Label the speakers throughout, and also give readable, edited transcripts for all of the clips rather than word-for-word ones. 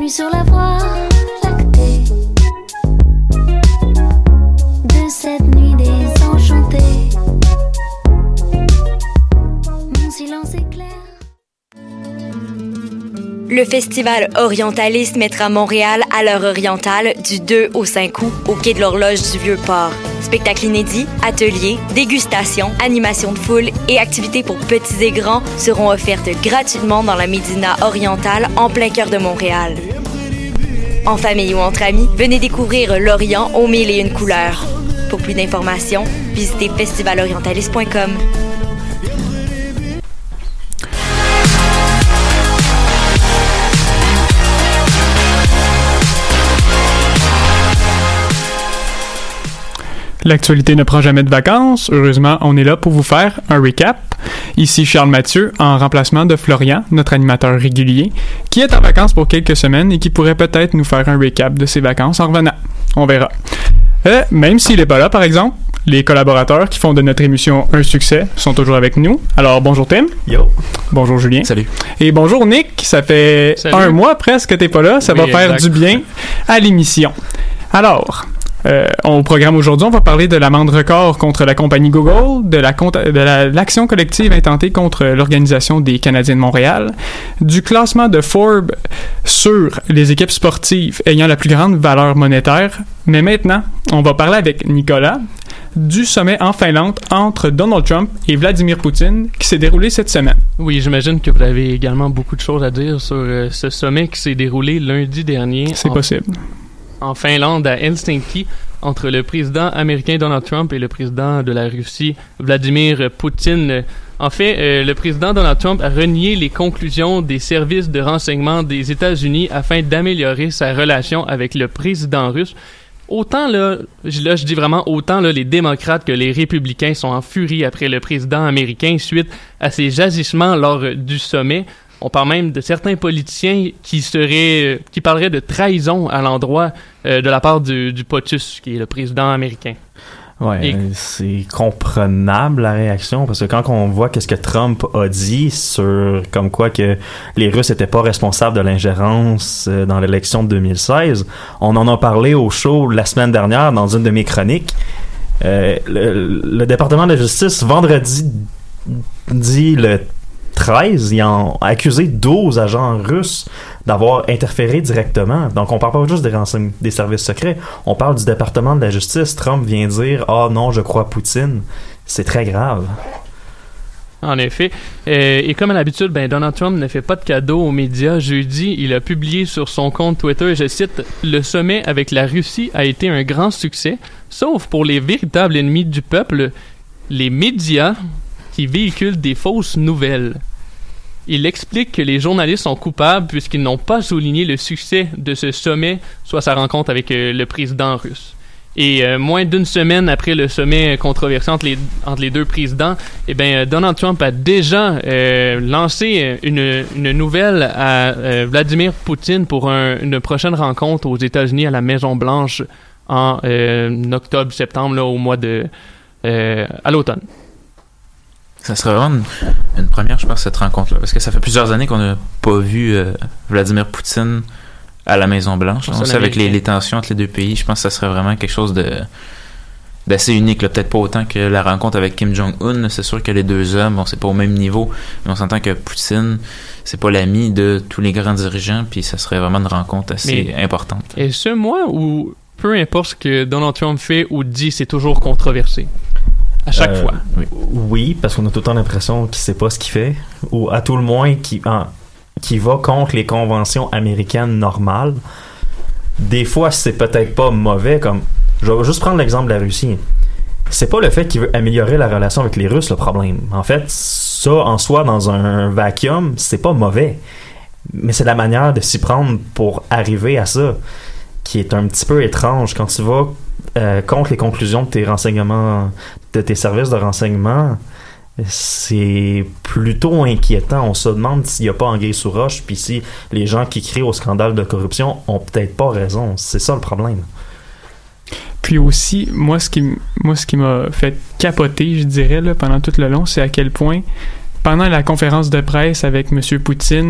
Speaker 1: Bienvenue sur la voie lactée de cette nuit désenchantée. Mon silence est clair.
Speaker 2: Le Festival Orientaliste mettra Montréal à l'heure orientale du 2 au 5 août au quai de l'Horloge du Vieux-Port. Spectacles inédits, ateliers, dégustations, animations de foule et activités pour petits et grands seront offertes gratuitement dans la Médina orientale en plein cœur de Montréal. En famille ou entre amis, venez découvrir l'Orient aux mille et une couleurs. Pour plus d'informations, visitez festivalorientaliste.com.
Speaker 3: L'actualité ne prend jamais de vacances. Heureusement, on est là pour vous faire un recap. Ici Charles Mathieu, en remplacement de Florian, notre animateur régulier, qui est en vacances pour quelques semaines et qui pourrait peut-être nous faire un recap de ses vacances en revenant. On verra. Même s'il n'est pas là, par exemple, les collaborateurs qui font de notre émission un succès sont toujours avec nous. Alors, bonjour Tim.
Speaker 4: Yo.
Speaker 3: Bonjour Julien.
Speaker 4: Salut.
Speaker 3: Et bonjour Nick. Ça fait un mois presque que t'es pas là. Ça va faire du bien à l'émission. Alors... au programme aujourd'hui, on va parler de l'amende record contre la compagnie Google, de l'action collective intentée contre l'Organisation des Canadiens de Montréal, du classement de Forbes sur les équipes sportives ayant la plus grande valeur monétaire. Mais maintenant, on va parler avec Nicolas du sommet en Finlande entre Donald Trump et Vladimir Poutine qui s'est déroulé cette semaine.
Speaker 5: Oui, j'imagine que vous avez également beaucoup de choses à dire sur ce sommet qui s'est déroulé lundi dernier.
Speaker 3: C'est possible.
Speaker 5: En Finlande, à Helsinki, entre le président américain Donald Trump et le président de la Russie, Vladimir Poutine. En fait, le président Donald Trump a renié les conclusions des services de renseignement des États-Unis afin d'améliorer sa relation avec le président russe. Autant, je dis vraiment autant, les démocrates que les républicains sont en furie après le président américain suite à ses agissements lors du sommet. On parle même de certains politiciens qui parleraient de trahison à l'endroit de la part du POTUS, qui est le président américain.
Speaker 4: Ouais, c'est comprenable la réaction, parce que quand on voit qu'est-ce que Trump a dit sur comme quoi que les Russes étaient pas responsables de l'ingérence dans l'élection de 2016, on en a parlé au show la semaine dernière dans une de mes chroniques. Le département de la justice vendredi dit le 13, ils ont accusé 12 agents russes d'avoir interféré directement. Donc, on parle pas juste des services secrets. On parle du département de la justice. Trump vient dire « Ah non, je crois Poutine ». C'est très grave.
Speaker 5: En effet. Et comme à l'habitude, Donald Trump ne fait pas de cadeaux aux médias. Jeudi, il a publié sur son compte Twitter, je cite, « Le sommet avec la Russie a été un grand succès, sauf pour les véritables ennemis du peuple, les médias qui véhiculent des fausses nouvelles. » Il explique que les journalistes sont coupables puisqu'ils n'ont pas souligné le succès de ce sommet, soit sa rencontre avec le président russe. Et moins d'une semaine après le sommet controversé entre les deux présidents, Donald Trump a déjà lancé une nouvelle à Vladimir Poutine pour une prochaine rencontre aux États-Unis à la Maison-Blanche en octobre-septembre, au mois à l'automne.
Speaker 6: Ça serait vraiment une première, je pense, cette rencontre-là, parce que ça fait plusieurs années qu'on n'a pas vu Vladimir Poutine à la Maison-Blanche. On sait avec les tensions entre les deux pays, je pense que ça serait vraiment quelque chose d'assez unique, là. Peut-être pas autant que la rencontre avec Kim Jong-un. C'est sûr que les deux hommes, c'est pas au même niveau, mais on s'entend que Poutine, c'est pas l'ami de tous les grands dirigeants, puis ça serait vraiment une rencontre assez importante.
Speaker 5: Et ce mois où, peu importe ce que Donald Trump fait ou dit, c'est toujours controversé. À chaque fois.
Speaker 4: Oui, parce qu'on a tout le temps l'impression qu'il sait pas ce qu'il fait, ou à tout le moins qui va contre les conventions américaines normales. Des fois, c'est peut-être pas mauvais, comme... Je vais juste prendre l'exemple de la Russie. C'est pas le fait qu'il veut améliorer la relation avec les Russes le problème. En fait, ça, en soi, dans un vacuum, c'est pas mauvais. Mais c'est la manière de s'y prendre pour arriver à ça qui est un petit peu étrange. Quand tu vas contre les conclusions de tes renseignements, de tes services de renseignement, c'est plutôt inquiétant. On se demande s'il n'y a pas anguille sous roche, puis si les gens qui crient au scandale de corruption ont peut-être pas raison. C'est ça le problème.
Speaker 3: Puis aussi, moi, ce qui m'a fait capoter, je dirais, pendant tout le long, c'est à quel point, pendant la conférence de presse avec M. Poutine,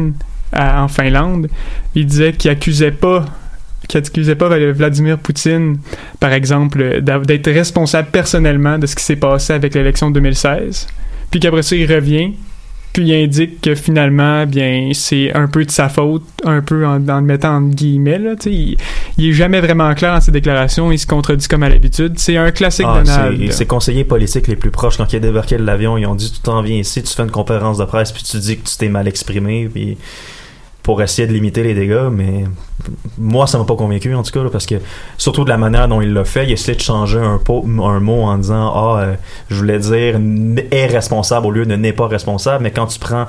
Speaker 3: en Finlande. Il disait qu'il accusait pas Vladimir Poutine, par exemple, d'être responsable personnellement de ce qui s'est passé avec l'élection de 2016. Puis qu'après ça, il revient, puis il indique que finalement, bien, c'est un peu de sa faute, un peu en le mettant en guillemets, là, il est jamais vraiment clair dans ses déclarations, il se contredit comme à l'habitude. C'est un classique Donald.
Speaker 4: Ses conseillers politiques les plus proches, quand il a débarqué de l'avion, ils ont dit, tu t'en viens ici, tu fais une conférence de presse, puis tu dis que tu t'es mal exprimé, puis pour essayer de limiter les dégâts, mais moi ça m'a pas convaincu en tout cas là, parce que surtout de la manière dont il l'a fait, il a essayé de changer un mot en disant je voulais dire est responsable au lieu de n'est pas responsable, mais quand tu prends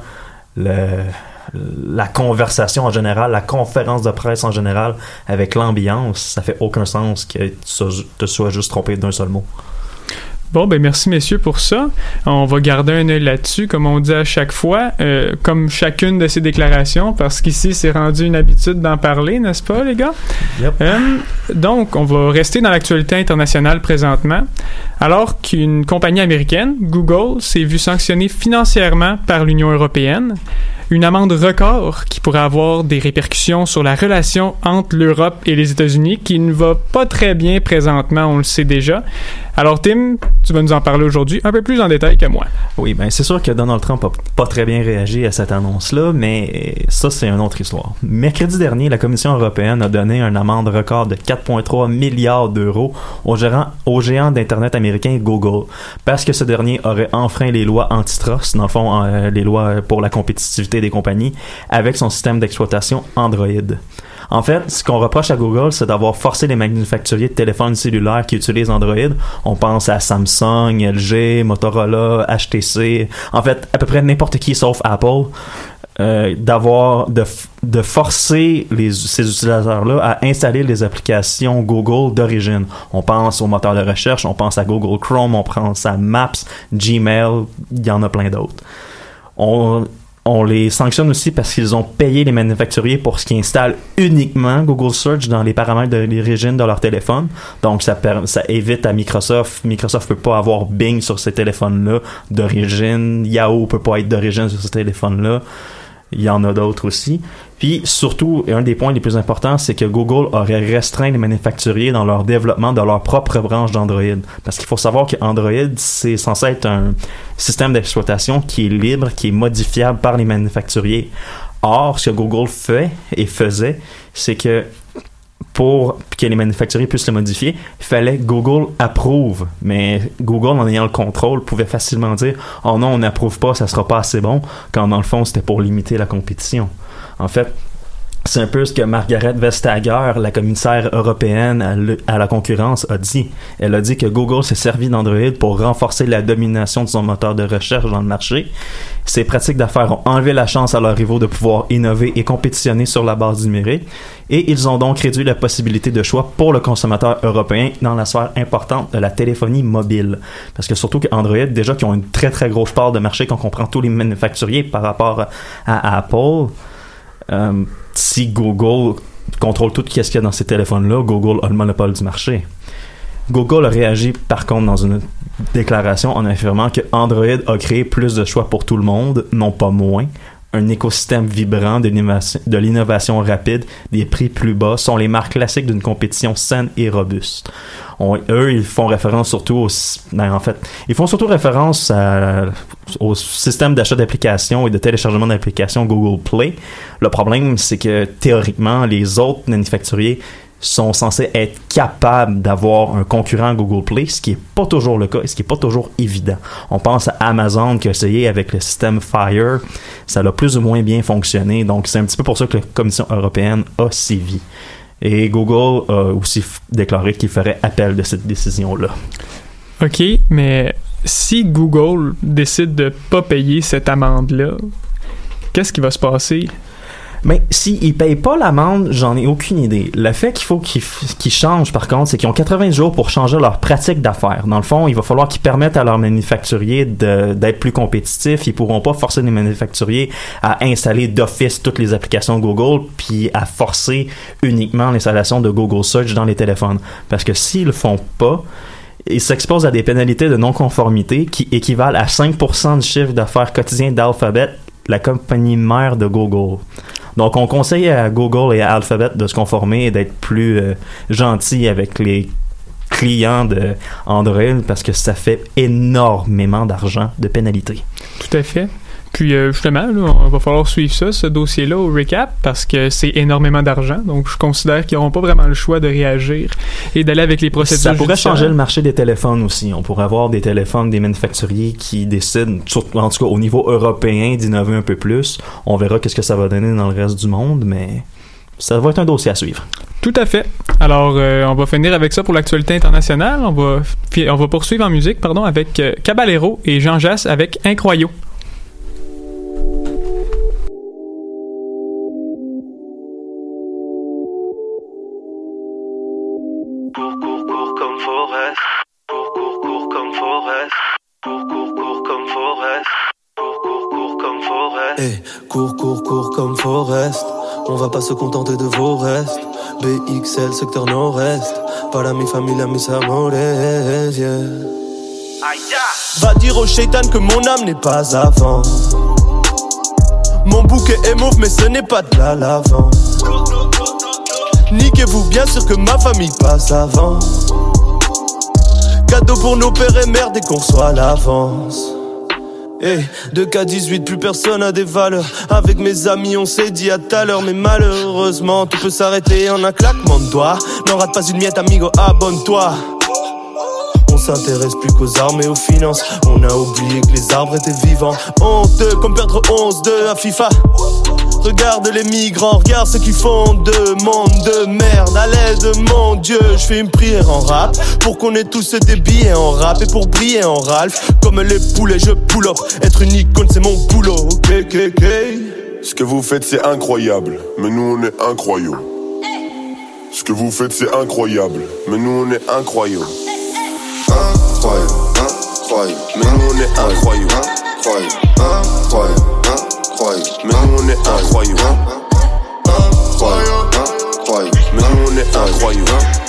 Speaker 4: la conversation en général, la conférence de presse en général avec l'ambiance, ça fait aucun sens que tu te sois juste trompé d'un seul mot.
Speaker 3: Bon, ben merci messieurs pour ça. On va garder un œil là-dessus, comme on dit à chaque fois, comme chacune de ces déclarations, parce qu'ici, c'est rendu une habitude d'en parler, n'est-ce pas, les gars?
Speaker 4: Yep.
Speaker 3: Donc, on va rester dans l'actualité internationale présentement, alors qu'une compagnie américaine, Google, s'est vue sanctionnée financièrement par l'Union européenne. Une amende record qui pourrait avoir des répercussions sur la relation entre l'Europe et les États-Unis qui ne va pas très bien présentement, on le sait déjà. Alors Tim, tu vas nous en parler aujourd'hui un peu plus en détail que moi.
Speaker 4: Oui, ben c'est sûr que Donald Trump a pas très bien réagi à cette annonce-là, mais ça c'est une autre histoire. Mercredi dernier, la Commission européenne a donné une amende record de 4,3 milliards d'euros au géant d'Internet américain Google, parce que ce dernier aurait enfreint les lois antitrust, dans le fond les lois pour la compétitivité des compagnies, avec son système d'exploitation Android. En fait, ce qu'on reproche à Google, c'est d'avoir forcé les manufacturiers de téléphones cellulaires qui utilisent Android. On pense à Samsung, LG, Motorola, HTC, en fait, à peu près n'importe qui sauf Apple, de forcer ces utilisateurs-là à installer les applications Google d'origine. On pense au moteur de recherche, on pense à Google Chrome, on pense à Maps, Gmail, il y en a plein d'autres. On les sanctionne aussi parce qu'ils ont payé les manufacturiers pour ce qui installe uniquement Google Search dans les paramètres d'origine de leur téléphone. Donc, ça évite à Microsoft. Microsoft peut pas avoir Bing sur ces téléphones-là d'origine. Yahoo peut pas être d'origine sur ces téléphones-là. Il y en a d'autres aussi. Puis, surtout, un des points les plus importants, c'est que Google aurait restreint les manufacturiers dans leur développement de leur propre branche d'Android. Parce qu'il faut savoir qu'Android, c'est censé être un système d'exploitation qui est libre, qui est modifiable par les manufacturiers. Or, ce que Google faisait, c'est que pour que les manufacturiers puissent le modifier, il fallait que Google approuve. Mais Google, en ayant le contrôle, pouvait facilement dire « Oh non, on n'approuve pas, ça sera pas assez bon », quand dans le fond, c'était pour limiter la compétition. En fait, c'est un peu ce que Margaret Vestager, la commissaire européenne à la concurrence, a dit. Elle a dit que Google s'est servi d'Android pour renforcer la domination de son moteur de recherche dans le marché. Ces pratiques d'affaires ont enlevé la chance à leurs rivaux de pouvoir innover et compétitionner sur la base numérique, et ils ont donc réduit la possibilité de choix pour le consommateur européen dans la sphère importante de la téléphonie mobile. Parce que surtout qu'Android, déjà qui ont une très très grosse part de marché quand on prend tous les manufacturiers par rapport à Apple, si Google contrôle tout ce qu'il y a dans ces téléphones-là, Google a le monopole du marché. Google a réagi par contre dans une déclaration en affirmant que Android a créé plus de choix pour tout le monde, non pas moins. Un écosystème vibrant de l'innovation rapide, des prix plus bas sont les marques classiques d'une compétition saine et robuste. Eux, ils font référence surtout ils font surtout référence au système d'achat d'applications et de téléchargement d'applications Google Play. Le problème, c'est que théoriquement, les autres manufacturiers sont censés être capables d'avoir un concurrent à Google Play, ce qui n'est pas toujours le cas et ce qui n'est pas toujours évident. On pense à Amazon qui a essayé avec le système Fire, ça a plus ou moins bien fonctionné, donc c'est un petit peu pour ça que la Commission européenne a sévi. Et Google a aussi déclaré qu'il ferait appel de cette décision-là. OK,
Speaker 3: mais si Google décide de ne pas payer cette amende-là, qu'est-ce qui va se passer?
Speaker 4: Mais s'ils ne payent pas l'amende, j'en ai aucune idée. Le fait qu'il faut qu'ils changent, par contre, c'est qu'ils ont 80 jours pour changer leur pratique d'affaires. Dans le fond, il va falloir qu'ils permettent à leurs manufacturiers d'être plus compétitifs. Ils ne pourront pas forcer les manufacturiers à installer d'office toutes les applications Google puis à forcer uniquement l'installation de Google Search dans les téléphones. Parce que s'ils le font pas, ils s'exposent à des pénalités de non-conformité qui équivalent à 5% du chiffre d'affaires quotidien d'Alphabet, la compagnie mère de Google. Donc, on conseille à Google et à Alphabet de se conformer et d'être plus gentil avec les clients de Android parce que ça fait énormément d'argent de pénalité.
Speaker 3: Tout à fait. Puis justement, là, on va falloir suivre ça, ce dossier-là au recap, parce que c'est énormément d'argent. Donc je considère qu'ils n'auront pas vraiment le choix de réagir et d'aller avec les procédures
Speaker 4: judiciaires. Ça pourrait
Speaker 3: judiciaires.
Speaker 4: changer le marché des téléphones aussi. On pourrait avoir des téléphones, des manufacturiers qui décident, en tout cas au niveau européen, d'innover un peu plus. On verra qu'est-ce que ça va donner dans le reste du monde, mais ça va être un dossier à suivre.
Speaker 3: Tout à fait. Alors, on va finir avec ça pour l'actualité internationale. On va poursuivre en musique, avec Caballero et Jean Jass avec Incroyaux.
Speaker 7: Cours comme Forest. Cours comme Forest. Cours comme Forest. Cours comme Forest.
Speaker 8: Hey, cours comme Forest. On va pas se contenter de vos restes. BXL secteur nord-est. Para mi familia, mis amores, yeah. Va dire au shaitan que mon âme n'est pas à vendre. Mon bouquet est mauve mais ce n'est pas de la lavande. Niquez-vous bien sûr que ma famille passe avant. Cadeau pour nos pères et mères dès qu'on reçoit l'avance. Hey, 2K18, plus personne a des valeurs. Avec mes amis on s'est dit à tout à l'heure. Mais malheureusement tout peut s'arrêter en un claquement de doigts. N'en rate pas une miette amigo, abonne-toi. On s'intéresse plus qu'aux armes et aux finances. On a oublié que les arbres étaient vivants. Honteux comme perdre 11-2 à FIFA. Regarde les migrants, regarde ceux qui font de monde de merde. À l'aide, mon Dieu, je fais une prière en rap pour qu'on ait tous des billets en rap et pour briller en Ralph. Comme les poulets, je pull up. Être une icône, c'est mon boulot. Ok.
Speaker 9: Ce que vous faites, c'est incroyable, mais nous, on est incroyaux. Ce que vous faites, c'est incroyable, mais nous, on est incroyaux. Incroyable, mais nous, on est incroyaux. Incroyable, mais nous, on est incroyaux. Incroyable, mais nous, on est incroyaux.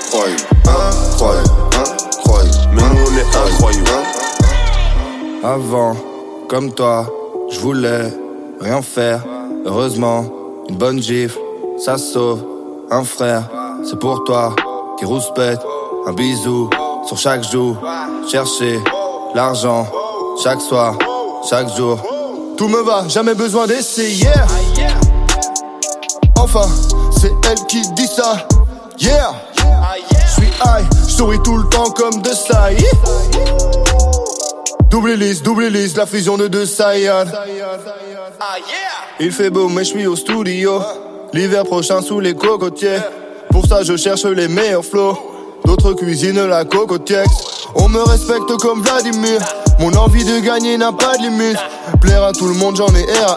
Speaker 9: Incroyable, mais nous, on est incroyaux.
Speaker 10: Avant, comme toi, je voulais rien faire. Heureusement, une bonne gifle, ça sauve un frère. C'est pour toi qui rouspète, un bisou sur chaque joue. Chercher l'argent chaque soir, chaque jour. Tout me va, jamais besoin d'essayer. Enfin, c'est elle qui dit ça. Yeah, j'suis high, j'souris tout le temps comme de ça. Double lisse, la fusion de deux Saiyans. Il fait beau mais j'suis au studio. L'hiver prochain sous les cocotiers. Pour ça je cherche les meilleurs flows. D'autres cuisinent la cocotière. On me respecte comme Vladimir. Mon envie de gagner n'a pas de limite. Plaire à tout le monde, j'en ai R.A.R.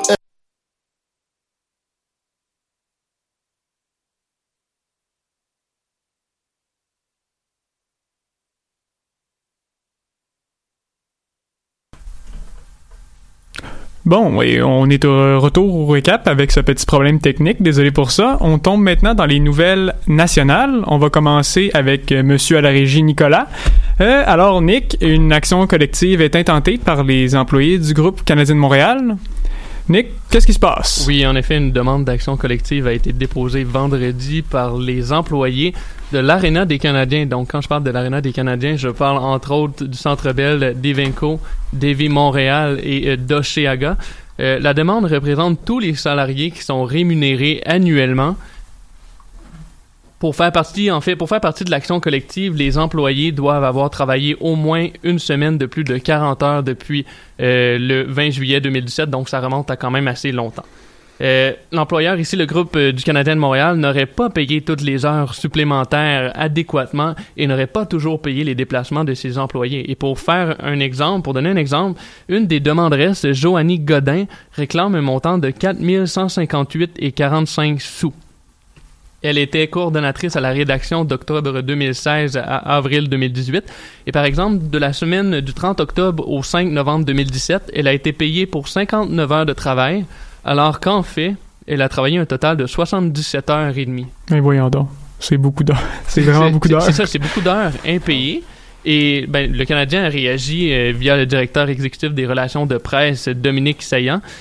Speaker 3: Bon, et on est au retour au récap avec ce petit problème technique. Désolé pour ça. On tombe maintenant dans les nouvelles nationales. On va commencer avec monsieur à la régie Nicolas. Alors, Nick, une action collective est intentée par les employés du groupe Canadien de Montréal. Nick, qu'est-ce qui se passe?
Speaker 5: Oui, en effet, une demande d'action collective a été déposée vendredi par les employés de l'Aréna des Canadiens. Donc, quand je parle de l'Aréna des Canadiens, je parle entre autres du Centre Bell d'Evenco, Davy Montréal et d'Oshéaga. La demande représente tous les salariés qui sont rémunérés annuellement. Pour faire partie de l'action collective, les employés doivent avoir travaillé au moins une semaine de plus de 40 heures depuis le 20 juillet 2017, donc ça remonte à quand même assez longtemps. L'employeur, ici le groupe du Canadien de Montréal, n'aurait pas payé toutes les heures supplémentaires adéquatement et n'aurait pas toujours payé les déplacements de ses employés. Et pour donner un exemple, une des demanderesses, Joanie Godin, réclame un montant de 4 158,45 sous. Elle était coordonnatrice à la rédaction d'octobre 2016 à avril 2018. Et par exemple, de la semaine du 30 octobre au 5 novembre 2017, elle a été payée pour 59 heures de travail, alors qu'en fait, elle a travaillé un total de 77 heures et demie.
Speaker 3: Mais voyons donc, c'est beaucoup d'heures. C'est vraiment beaucoup d'heures.
Speaker 5: C'est ça, c'est beaucoup d'heures impayées. Et le Canadien a réagi via le directeur exécutif des relations de presse, Dominique Saillant.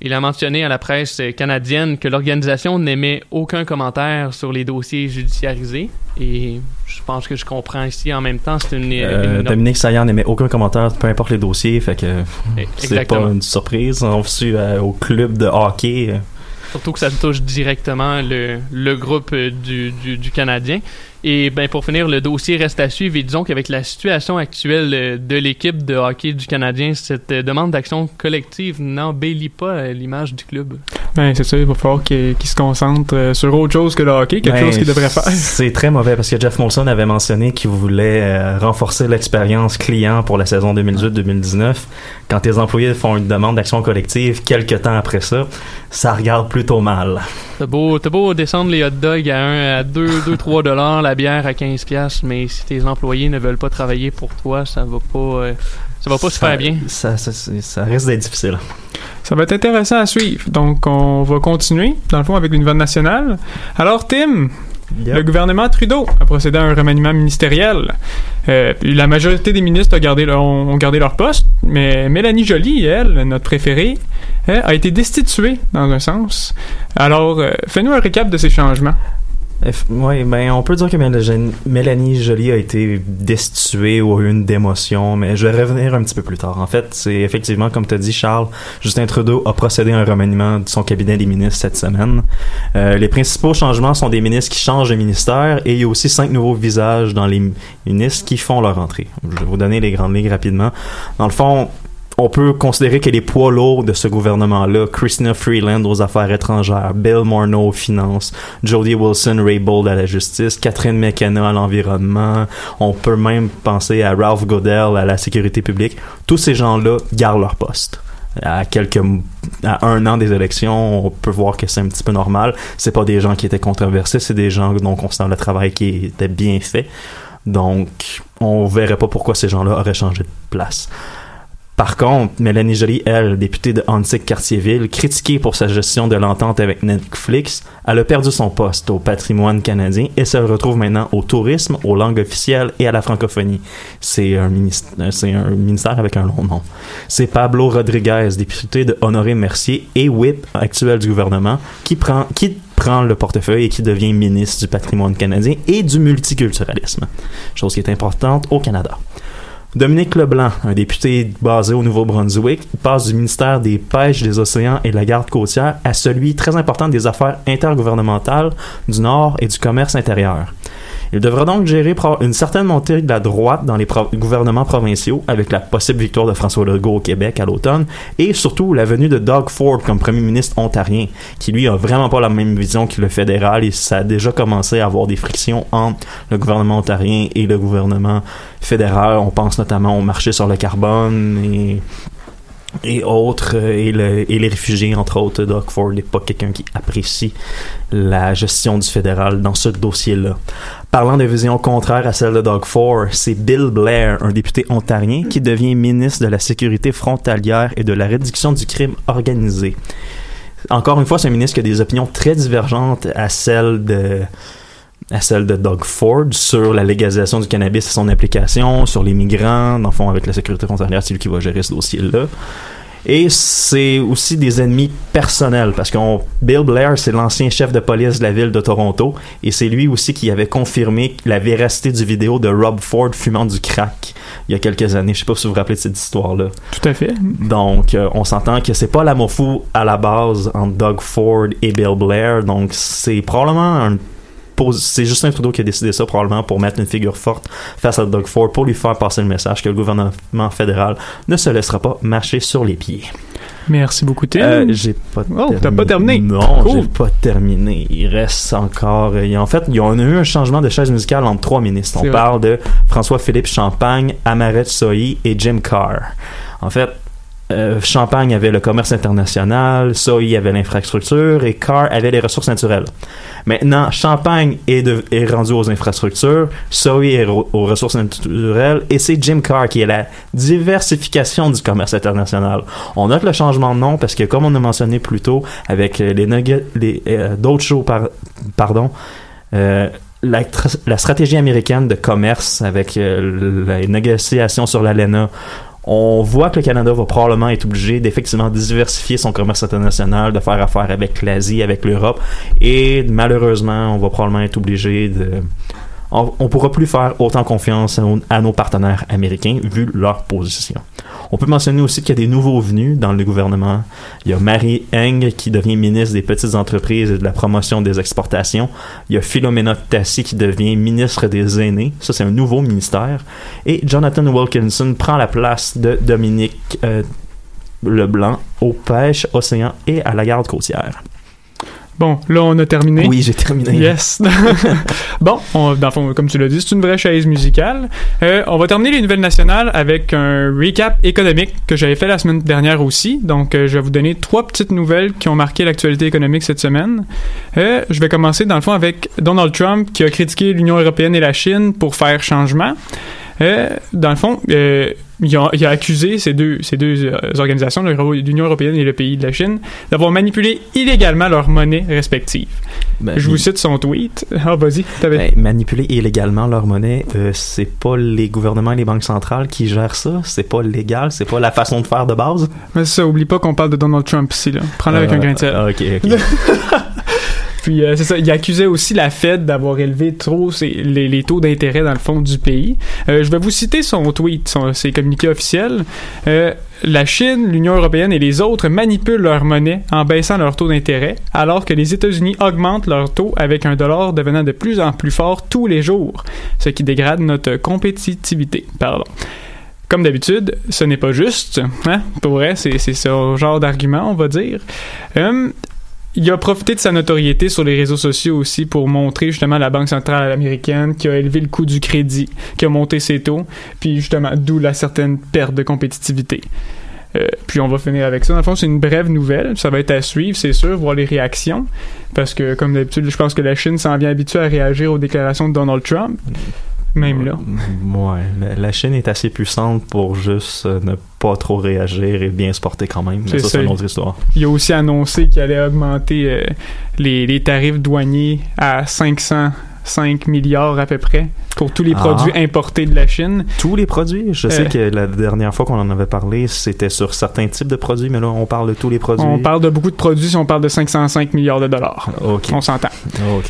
Speaker 5: Il a mentionné à la presse canadienne que l'organisation n'émet aucun commentaire sur les dossiers judiciarisés. Et je pense que je comprends ici en même temps. C'est
Speaker 4: Dominique Saillant n'émet aucun commentaire, peu importe les dossiers. Fait que c'est pas une surprise. On reçu au club de hockey.
Speaker 5: Surtout que ça touche directement le groupe du Canadien. Et ben pour finir, le dossier reste à suivre. Et disons qu'avec la situation actuelle de l'équipe de hockey du Canadien, cette demande d'action collective n'embellit pas l'image du club.
Speaker 3: Ben c'est ça, il va falloir qu'il se concentre sur autre chose que le hockey, quelque chose qu'il devrait faire.
Speaker 4: C'est très mauvais parce que Jeff Molson avait mentionné qu'il voulait renforcer l'expérience client pour la saison 2018-2019. Quand tes employés font une demande d'action collective, quelques temps après ça, ça regarde plutôt mal.
Speaker 5: T'as beau descendre les hot dogs à 2-3$, la bière à 15$, mais si tes employés ne veulent pas travailler pour toi, ça va pas super bien. Ça
Speaker 4: risque d'être difficile.
Speaker 3: Ça va être intéressant à suivre. Donc, on va continuer, dans le fond, avec le niveau national. Alors, Tim, le gouvernement Trudeau a procédé à un remaniement ministériel. La majorité des ministres ont gardé leur poste, mais Mélanie Joly, elle, notre préférée, a été destituée, dans un sens. Alors, fais-nous un récap de ces changements.
Speaker 4: Oui, ben on peut dire que Mélanie Joly a été destituée ou a eu une démotion, mais je vais revenir un petit peu plus tard. En fait, c'est effectivement, comme tu as dit, Charles, Justin Trudeau a procédé à un remaniement de son cabinet des ministres cette semaine. Les principaux changements sont des ministres qui changent de ministère et il y a aussi 5 nouveaux visages dans les ministres qui font leur entrée. Je vais vous donner les grandes lignes rapidement. Dans le fond, on peut considérer que les poids lourds de ce gouvernement-là, Chrystia Freeland aux affaires étrangères, Bill Morneau aux finances, Jody Wilson-Raybould à la justice, Catherine McKenna à l'environnement, on peut même penser à Ralph Goodell à la sécurité publique. Tous ces gens-là gardent leur poste. À 1 an des élections, on peut voir que c'est un petit peu normal. C'est pas des gens qui étaient controversés, c'est des gens dont on considère le travail qui était bien fait. Donc, on verrait pas pourquoi ces gens-là auraient changé de place. Par contre, Mélanie Joly, elle, députée de Antique-Cartierville, critiquée pour sa gestion de l'entente avec Netflix, elle a perdu son poste au patrimoine canadien et se retrouve maintenant au tourisme, aux langues officielles et à la francophonie. C'est un ministère avec un long nom. C'est Pablo Rodriguez, député de Honoré-Mercier et whip actuel du gouvernement, qui prend le portefeuille et qui devient ministre du patrimoine canadien et du multiculturalisme, chose qui est importante au Canada. Dominique Leblanc, un député basé au Nouveau-Brunswick, passe du ministère des Pêches, des Océans et de la Garde côtière à celui très important des affaires intergouvernementales du Nord et du commerce intérieur. Il devra donc gérer une certaine montée de la droite dans les gouvernements provinciaux avec la possible victoire de François Legault au Québec à l'automne et surtout la venue de Doug Ford comme premier ministre ontarien qui lui a vraiment pas la même vision que le fédéral et ça a déjà commencé à avoir des frictions entre le gouvernement ontarien et le gouvernement fédéral. On pense notamment au marché sur le carbone et autres, et les réfugiés, entre autres. Doug Ford n'est pas quelqu'un qui apprécie la gestion du fédéral dans ce dossier-là. Parlant de vision contraire à celle de Doug Ford, c'est Bill Blair, un député ontarien, qui devient ministre de la Sécurité frontalière et de la réduction du crime organisé. Encore une fois, c'est un ministre qui a des opinions très divergentes à celle de Doug Ford sur la légalisation du cannabis et son application, sur les migrants, dans le fond, avec la sécurité frontalière, c'est lui qui va gérer ce dossier-là. Et c'est aussi des ennemis personnels, parce que Bill Blair, c'est l'ancien chef de police de la ville de Toronto, et c'est lui aussi qui avait confirmé la véracité du vidéo de Rob Ford fumant du crack il y a quelques années. Je sais pas si vous vous rappelez de cette histoire-là.
Speaker 3: Tout à fait.
Speaker 4: Donc, on s'entend que c'est pas l'amour fou à la base entre Doug Ford et Bill Blair, donc c'est probablement c'est Justin Trudeau qui a décidé ça probablement pour mettre une figure forte face à Doug Ford pour lui faire passer le message que le gouvernement fédéral ne se laissera pas marcher sur les pieds.
Speaker 3: Merci beaucoup, Tim.
Speaker 4: T'as pas terminé? Non, cool. J'ai pas terminé. Il reste encore... En fait, il y a eu un changement de chaise musicale entre 3 ministres. On parle de François-Philippe Champagne, Amaret Sohi et Jim Carr. En fait, Champagne avait le commerce international, Sohi avait l'infrastructure et Carr avait les ressources naturelles. Maintenant, Champagne est rendu aux infrastructures, Sohi est aux ressources naturelles et c'est Jim Carr qui est la diversification du commerce international. On note le changement de nom parce que, comme on a mentionné plus tôt, avec d'autres shows, la stratégie américaine de commerce avec les négociations sur l'ALENA, On voit que le Canada va probablement être obligé d'effectivement diversifier son commerce international, de faire affaire avec l'Asie, avec l'Europe, et malheureusement, on va probablement être obligé de... On pourra plus faire autant confiance à nos partenaires américains vu leur position. On peut mentionner aussi qu'il y a des nouveaux venus dans le gouvernement. Il y a Mary Eng qui devient ministre des petites entreprises et de la promotion des exportations. Il y a Philomena Tassi qui devient ministre des aînés. Ça, c'est un nouveau ministère. Et Jonathan Wilkinson prend la place de Dominique Leblanc aux pêches, océans et à la garde côtière.
Speaker 3: Bon, là, on a terminé.
Speaker 4: Oui, j'ai terminé.
Speaker 3: Yes. Bon, dans le fond, comme tu l'as dit, c'est une vraie chaise musicale. On va terminer les nouvelles nationales avec un recap économique que j'avais fait la semaine dernière aussi. Donc, je vais vous donner 3 petites nouvelles qui ont marqué l'actualité économique cette semaine. Je vais commencer, dans le fond, avec Donald Trump qui a critiqué l'Union européenne et la Chine pour faire changement. Dans le fond, il a accusé ces deux organisations, l'Union européenne et le pays de la Chine, d'avoir manipulé illégalement leurs monnaies respectives. Je vous cite son tweet. Ah, vas-y.
Speaker 4: Manipuler illégalement leur monnaie, c'est pas les gouvernements et les banques centrales qui gèrent ça. C'est pas légal. C'est pas la façon de faire de base.
Speaker 3: Mais ça, oublie pas qu'on parle de Donald Trump ici, là. Prends-le avec un grain de sel.
Speaker 4: OK.
Speaker 3: Puis, c'est ça, il accusait aussi la Fed d'avoir élevé trop les taux d'intérêt dans le fond du pays. Je vais vous citer son tweet, ses communiqués officiels. La Chine, l'Union européenne et les autres manipulent leur monnaie en baissant leur taux d'intérêt, alors que les États-Unis augmentent leur taux avec un dollar devenant de plus en plus fort tous les jours, ce qui dégrade notre compétitivité. Comme d'habitude, ce n'est pas juste, hein? Pour vrai, c'est ce genre d'argument, on va dire. Il a profité de sa notoriété sur les réseaux sociaux aussi pour montrer justement la Banque centrale américaine qui a élevé le coût du crédit, qui a monté ses taux, puis justement, d'où la certaine perte de compétitivité. Puis on va finir avec ça. Dans le fond, c'est une brève nouvelle. Ça va être à suivre, c'est sûr, voir les réactions. Parce que, comme d'habitude, je pense que la Chine s'en vient habituée à réagir aux déclarations de Donald Trump. Même là.
Speaker 4: Ouais, la Chine est assez puissante pour juste ne pas trop réagir et bien se porter quand même. Mais ça, c'est une autre histoire.
Speaker 3: Il a aussi annoncé qu'il allait augmenter les tarifs douaniers à 505 milliards à peu près pour tous les produits importés de la Chine.
Speaker 4: Tous les produits? Je sais que la dernière fois qu'on en avait parlé, c'était sur certains types de produits, mais là, on parle de tous les produits.
Speaker 3: On parle de beaucoup de produits si on parle de 505 milliards de dollars.
Speaker 4: OK.
Speaker 3: On s'entend.
Speaker 4: OK.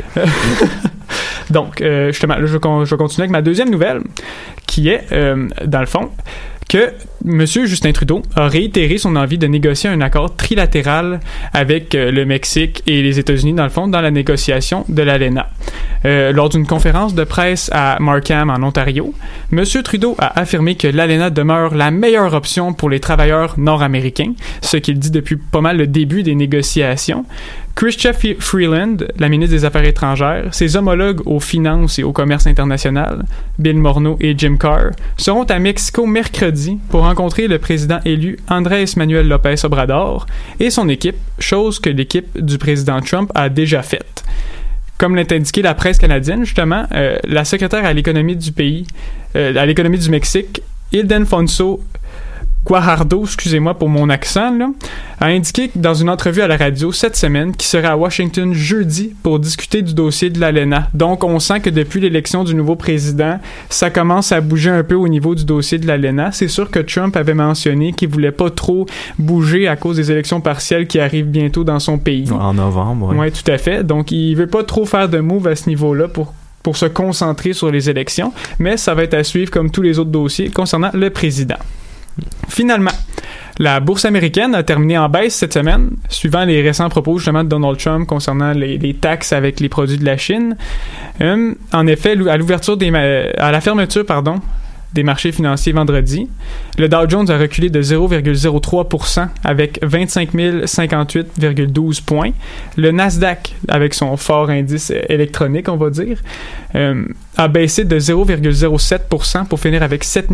Speaker 3: Donc, justement, là, je vais continuer avec ma deuxième nouvelle, qui est, dans le fond, que M. Justin Trudeau a réitéré son envie de négocier un accord trilatéral avec le Mexique et les États-Unis, dans le fond, dans la négociation de l'ALENA. Lors d'une conférence de presse à Markham, en Ontario, M. Trudeau a affirmé que l'ALENA demeure la meilleure option pour les travailleurs nord-américains, ce qu'il dit depuis pas mal le début des négociations. Chrystia Freeland, la ministre des Affaires étrangères, ses homologues aux finances et au commerce international, Bill Morneau et Jim Carr, seront à Mexico mercredi pour rencontrer le président élu Andrés Manuel López Obrador et son équipe, chose que l'équipe du président Trump a déjà faite. Comme l'a indiqué la presse canadienne, justement, la secrétaire à l'économie du pays, à l'économie du Mexique, Ildefonso Guajardo, excusez-moi pour mon accent, là, a indiqué dans une entrevue à la radio cette semaine qu'il serait à Washington jeudi pour discuter du dossier de l'ALENA. Donc, on sent que depuis l'élection du nouveau président, ça commence à bouger un peu au niveau du dossier de l'ALENA. C'est sûr que Trump avait mentionné qu'il voulait pas trop bouger à cause des élections partielles qui arrivent bientôt dans son pays.
Speaker 4: En novembre, oui.
Speaker 3: Oui, tout à fait. Donc, il veut pas trop faire de move à ce niveau-là pour se concentrer sur les élections, mais ça va être à suivre comme tous les autres dossiers concernant le président. Finalement, la bourse américaine a terminé en baisse cette semaine, suivant les récents propos justement de Donald Trump concernant les taxes avec les produits de la Chine. En effet, à la fermeture des marchés financiers vendredi, le Dow Jones a reculé de 0,03% avec 25 058,12 points. Le Nasdaq, avec son fort indice électronique, on va dire, a baissé de 0,07% pour finir avec 7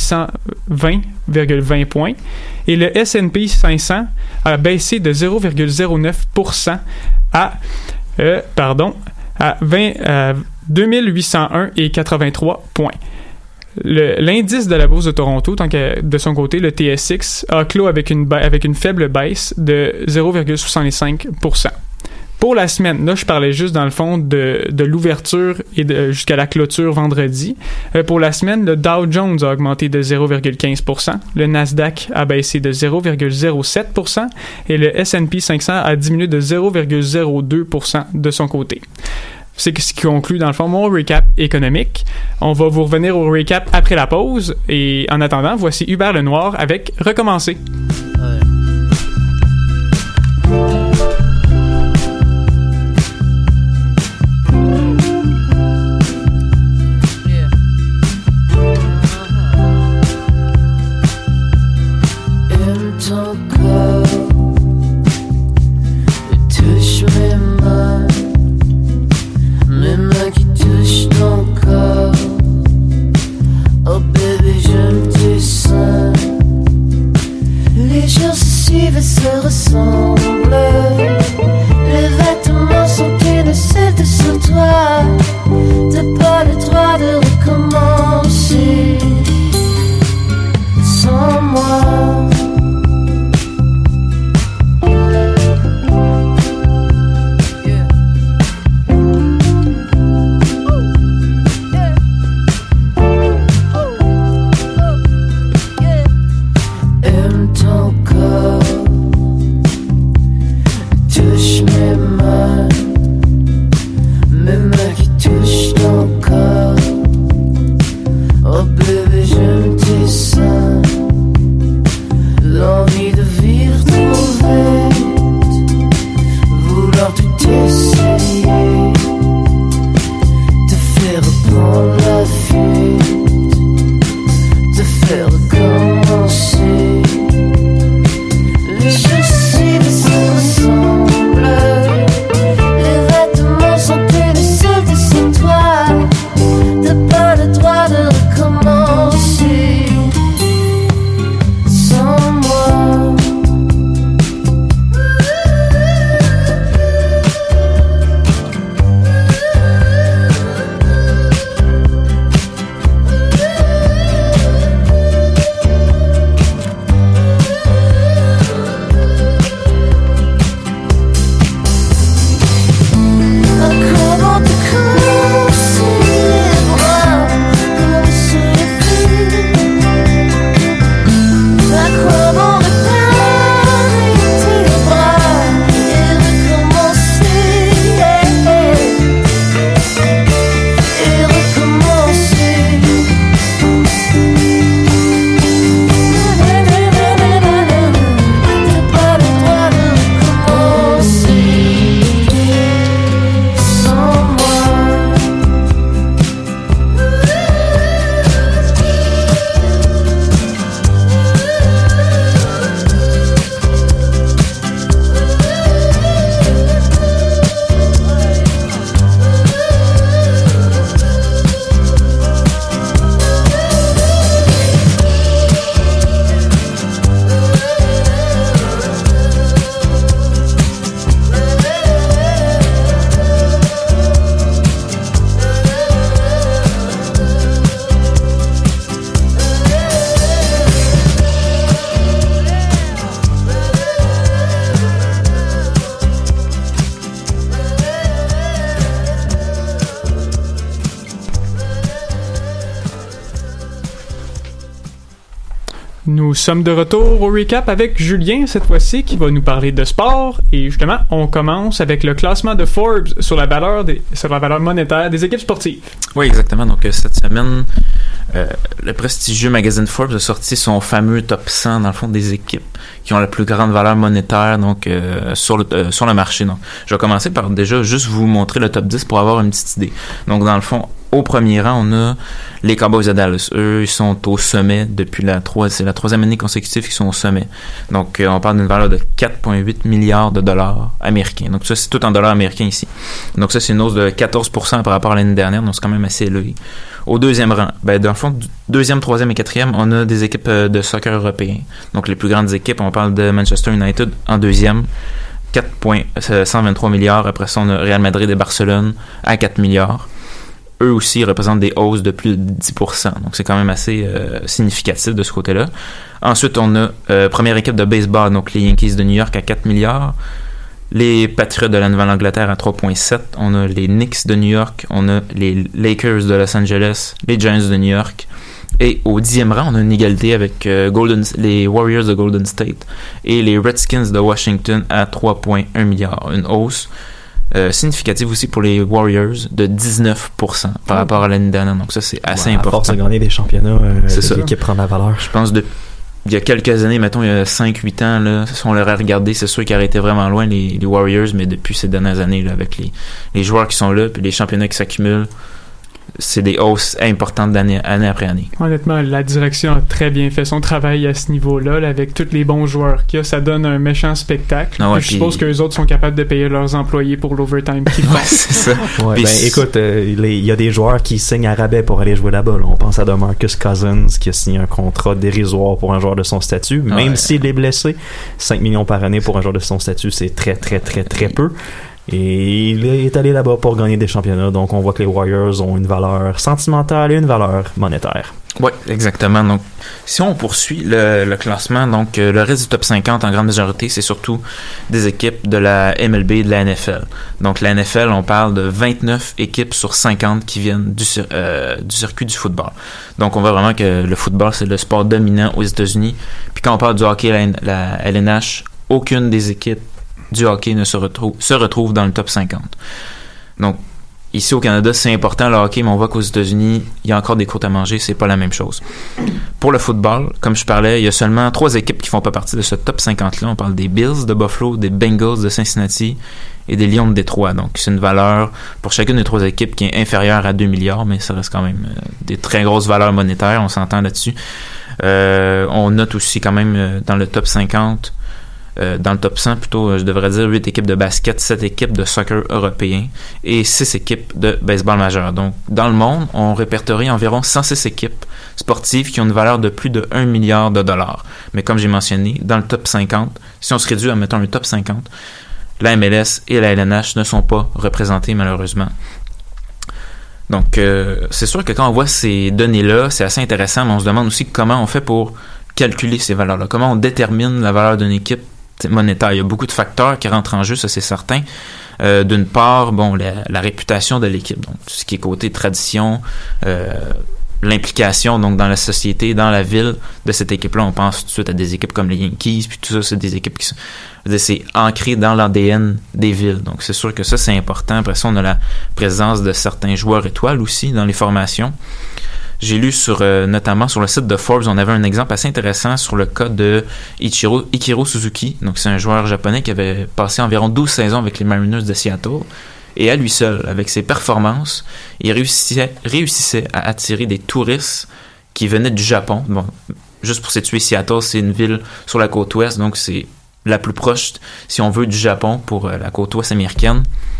Speaker 3: 820,20 points. Et le S&P 500 a baissé de 0,09% à 2801,83 points. L'indice de la bourse de Toronto, de son côté, le TSX, a clos avec une faible baisse de 0,65%. Pour la semaine, là, je parlais juste dans le fond de l'ouverture et jusqu'à la clôture vendredi. Pour la semaine, le Dow Jones a augmenté de 0,15%, le Nasdaq a baissé de 0,07% et le S&P 500 a diminué de 0,02% de son côté. C'est ce qui conclut, dans le fond, mon recap économique. On va vous revenir au recap après la pause. Et en attendant, voici Hubert Lenoir avec Recommencer.
Speaker 11: Se ressemblent. Les vêtements sont une selle sur toi. T'as pas le droit de recommencer sans moi.
Speaker 3: Nous sommes de retour au recap avec Julien, cette fois-ci, qui va nous parler de sport. Et justement, on commence avec le classement de Forbes sur la valeur monétaire des équipes sportives.
Speaker 6: Oui, exactement. Donc, cette semaine, le prestigieux magazine Forbes a sorti son fameux top 100, dans le fond, des équipes qui ont la plus grande valeur monétaire donc sur le marché. Donc, je vais commencer par déjà juste vous montrer le top 10 pour avoir une petite idée. Donc, dans le fond, au premier rang, on a les Cowboys de Dallas. Eux, ils sont au sommet depuis c'est la troisième année consécutive qu'ils sont au sommet. Donc, on parle d'une valeur de 4,8 milliards de dollars américains. Donc, ça, c'est tout en dollars américains ici. Donc, ça, c'est une hausse de 14% par rapport à l'année dernière. Donc, c'est quand même assez élevé. Au deuxième rang, dans le fond, deuxième, troisième et quatrième, on a des équipes de soccer européens. Donc, les plus grandes équipes, on parle de Manchester United en deuxième, 123 milliards. Après ça, on a Real Madrid et Barcelone à 4 milliards. Eux aussi représentent des hausses de plus de 10%. Donc, c'est quand même assez significatif de ce côté-là. Ensuite, on a première équipe de baseball, donc les Yankees de New York à 4 milliards. Les Patriots de la Nouvelle-Angleterre à 3.7. On a les Knicks de New York. On a les Lakers de Los Angeles. Les Giants de New York. Et au 10e rang, on a une égalité avec les Warriors de Golden State et les Redskins de Washington à 3,1 milliards. Une hausse significative aussi pour les Warriors de 19% par rapport à l'année dernière. Donc ça, c'est assez important. À
Speaker 4: force de gagner des championnats, l'équipe prend la valeur.
Speaker 6: Je pense il y a quelques années, mettons, il y a 5-8 ans, là, si on l'aurait regardé, c'est sûr qu'ils auraient été vraiment loin, les Warriors, mais depuis ces dernières années, là, avec les joueurs qui sont là, puis les championnats qui s'accumulent, c'est des hausses importantes année après année.
Speaker 3: Honnêtement, la direction a très bien fait son travail à ce niveau-là, là, avec tous les bons joueurs qu'il y a. Ça donne un méchant spectacle.
Speaker 6: Ah ouais,
Speaker 3: je suppose qu'eux autres sont capables de payer leurs employés pour l'overtime qu'ils font.
Speaker 6: Ouais, c'est ça.
Speaker 4: Ouais, écoute, il y a des joueurs qui signent à rabais pour aller jouer là-bas. Là. On pense à DeMarcus Cousins qui a signé un contrat dérisoire pour un joueur de son statut. Même s'il est blessé, 5 millions par année pour un joueur de son statut, c'est très, très, très, très peu. Et il est allé là-bas pour gagner des championnats. Donc on voit que les Warriors ont une valeur sentimentale et une valeur monétaire.
Speaker 6: Oui, exactement. Donc, si on poursuit le classement, donc le reste du top 50 en grande majorité, c'est surtout des équipes de la MLB et de la NFL. Donc la NFL, on parle de 29 équipes sur 50 qui viennent du circuit du football. Donc on voit vraiment que le football, c'est le sport dominant aux États-Unis. Puis quand on parle du hockey, la LNH, aucune des équipes du hockey ne se retrouve dans le top 50. Donc, ici au Canada, c'est important le hockey, mais on voit qu'aux États-Unis, il y a encore des croûtes à manger, c'est pas la même chose. Pour le football, comme je parlais, il y a seulement 3 équipes qui font pas partie de ce top 50-là. On parle des Bills de Buffalo, des Bengals de Cincinnati et des Lions de Détroit. Donc, c'est une valeur pour chacune des 3 équipes qui est inférieure à 2 milliards, mais ça reste quand même des très grosses valeurs monétaires, on s'entend là-dessus. On note aussi quand même dans le top 50... dans le top 100, plutôt, je devrais dire 8 équipes de basket, 7 équipes de soccer européen et 6 équipes de baseball majeur. Donc, dans le monde, on répertorie environ 106 équipes sportives qui ont une valeur de plus de 1 milliard de dollars. Mais comme j'ai mentionné, dans le top 50, si on se réduit à, mettons, un top 50, la MLS et la LNH ne sont pas représentées, malheureusement. Donc, c'est sûr que quand on voit ces données-là, c'est assez intéressant, mais on se demande aussi comment on fait pour calculer ces valeurs-là. Comment on détermine la valeur d'une équipe monétaire. Il y a beaucoup de facteurs qui rentrent en jeu, ça c'est certain. D'une part, bon, la réputation de l'équipe, donc tout ce qui est côté tradition, l'implication donc dans la société, dans la ville de cette équipe-là. On pense tout de suite à des équipes comme les Yankees, puis tout ça, c'est des équipes qui sont, c'est ancré dans l'ADN des villes. Donc c'est sûr que ça c'est important. Après ça, on a la présence de certains joueurs étoiles aussi dans les formations. J'ai lu notamment sur le site de Forbes, on avait un exemple assez intéressant sur le cas de Ichiro Suzuki. Donc, c'est un joueur japonais qui avait passé environ 12 saisons avec les Mariners de Seattle. Et à lui seul, avec ses performances, il réussissait à attirer des touristes qui venaient du Japon. Bon, juste pour situer, Seattle, c'est une ville sur la côte ouest, donc c'est la plus proche, si on veut, du Japon pour la côte ouest américaine.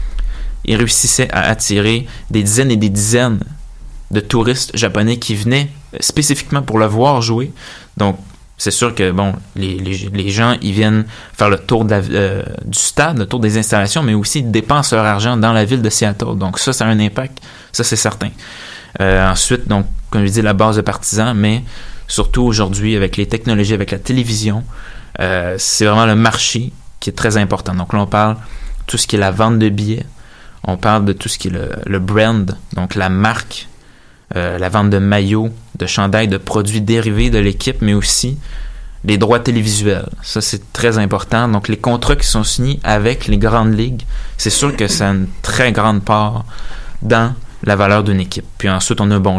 Speaker 6: Il réussissait à attirer des dizaines et des dizaines de touristes japonais qui venaient spécifiquement pour le voir jouer. Donc, c'est sûr que, bon, les gens, ils viennent faire le tour du stade, le tour des installations, mais aussi ils dépensent leur argent dans la ville de Seattle. Donc, ça a un impact. Ça, c'est certain. Ensuite, donc, comme je dis, la base de partisans, mais surtout aujourd'hui, avec les technologies, avec la télévision, c'est vraiment le marché qui est très important. Donc là, on parle de tout ce qui est la vente de billets. On parle de tout ce qui est le brand, donc la marque, la vente de maillots, de chandails, de produits dérivés de l'équipe, mais aussi les droits télévisuels. Ça, c'est très important. Donc, les contrats qui sont signés avec les grandes ligues, c'est sûr que ça a une très grande part dans la valeur d'une équipe. Puis ensuite, on a, bon,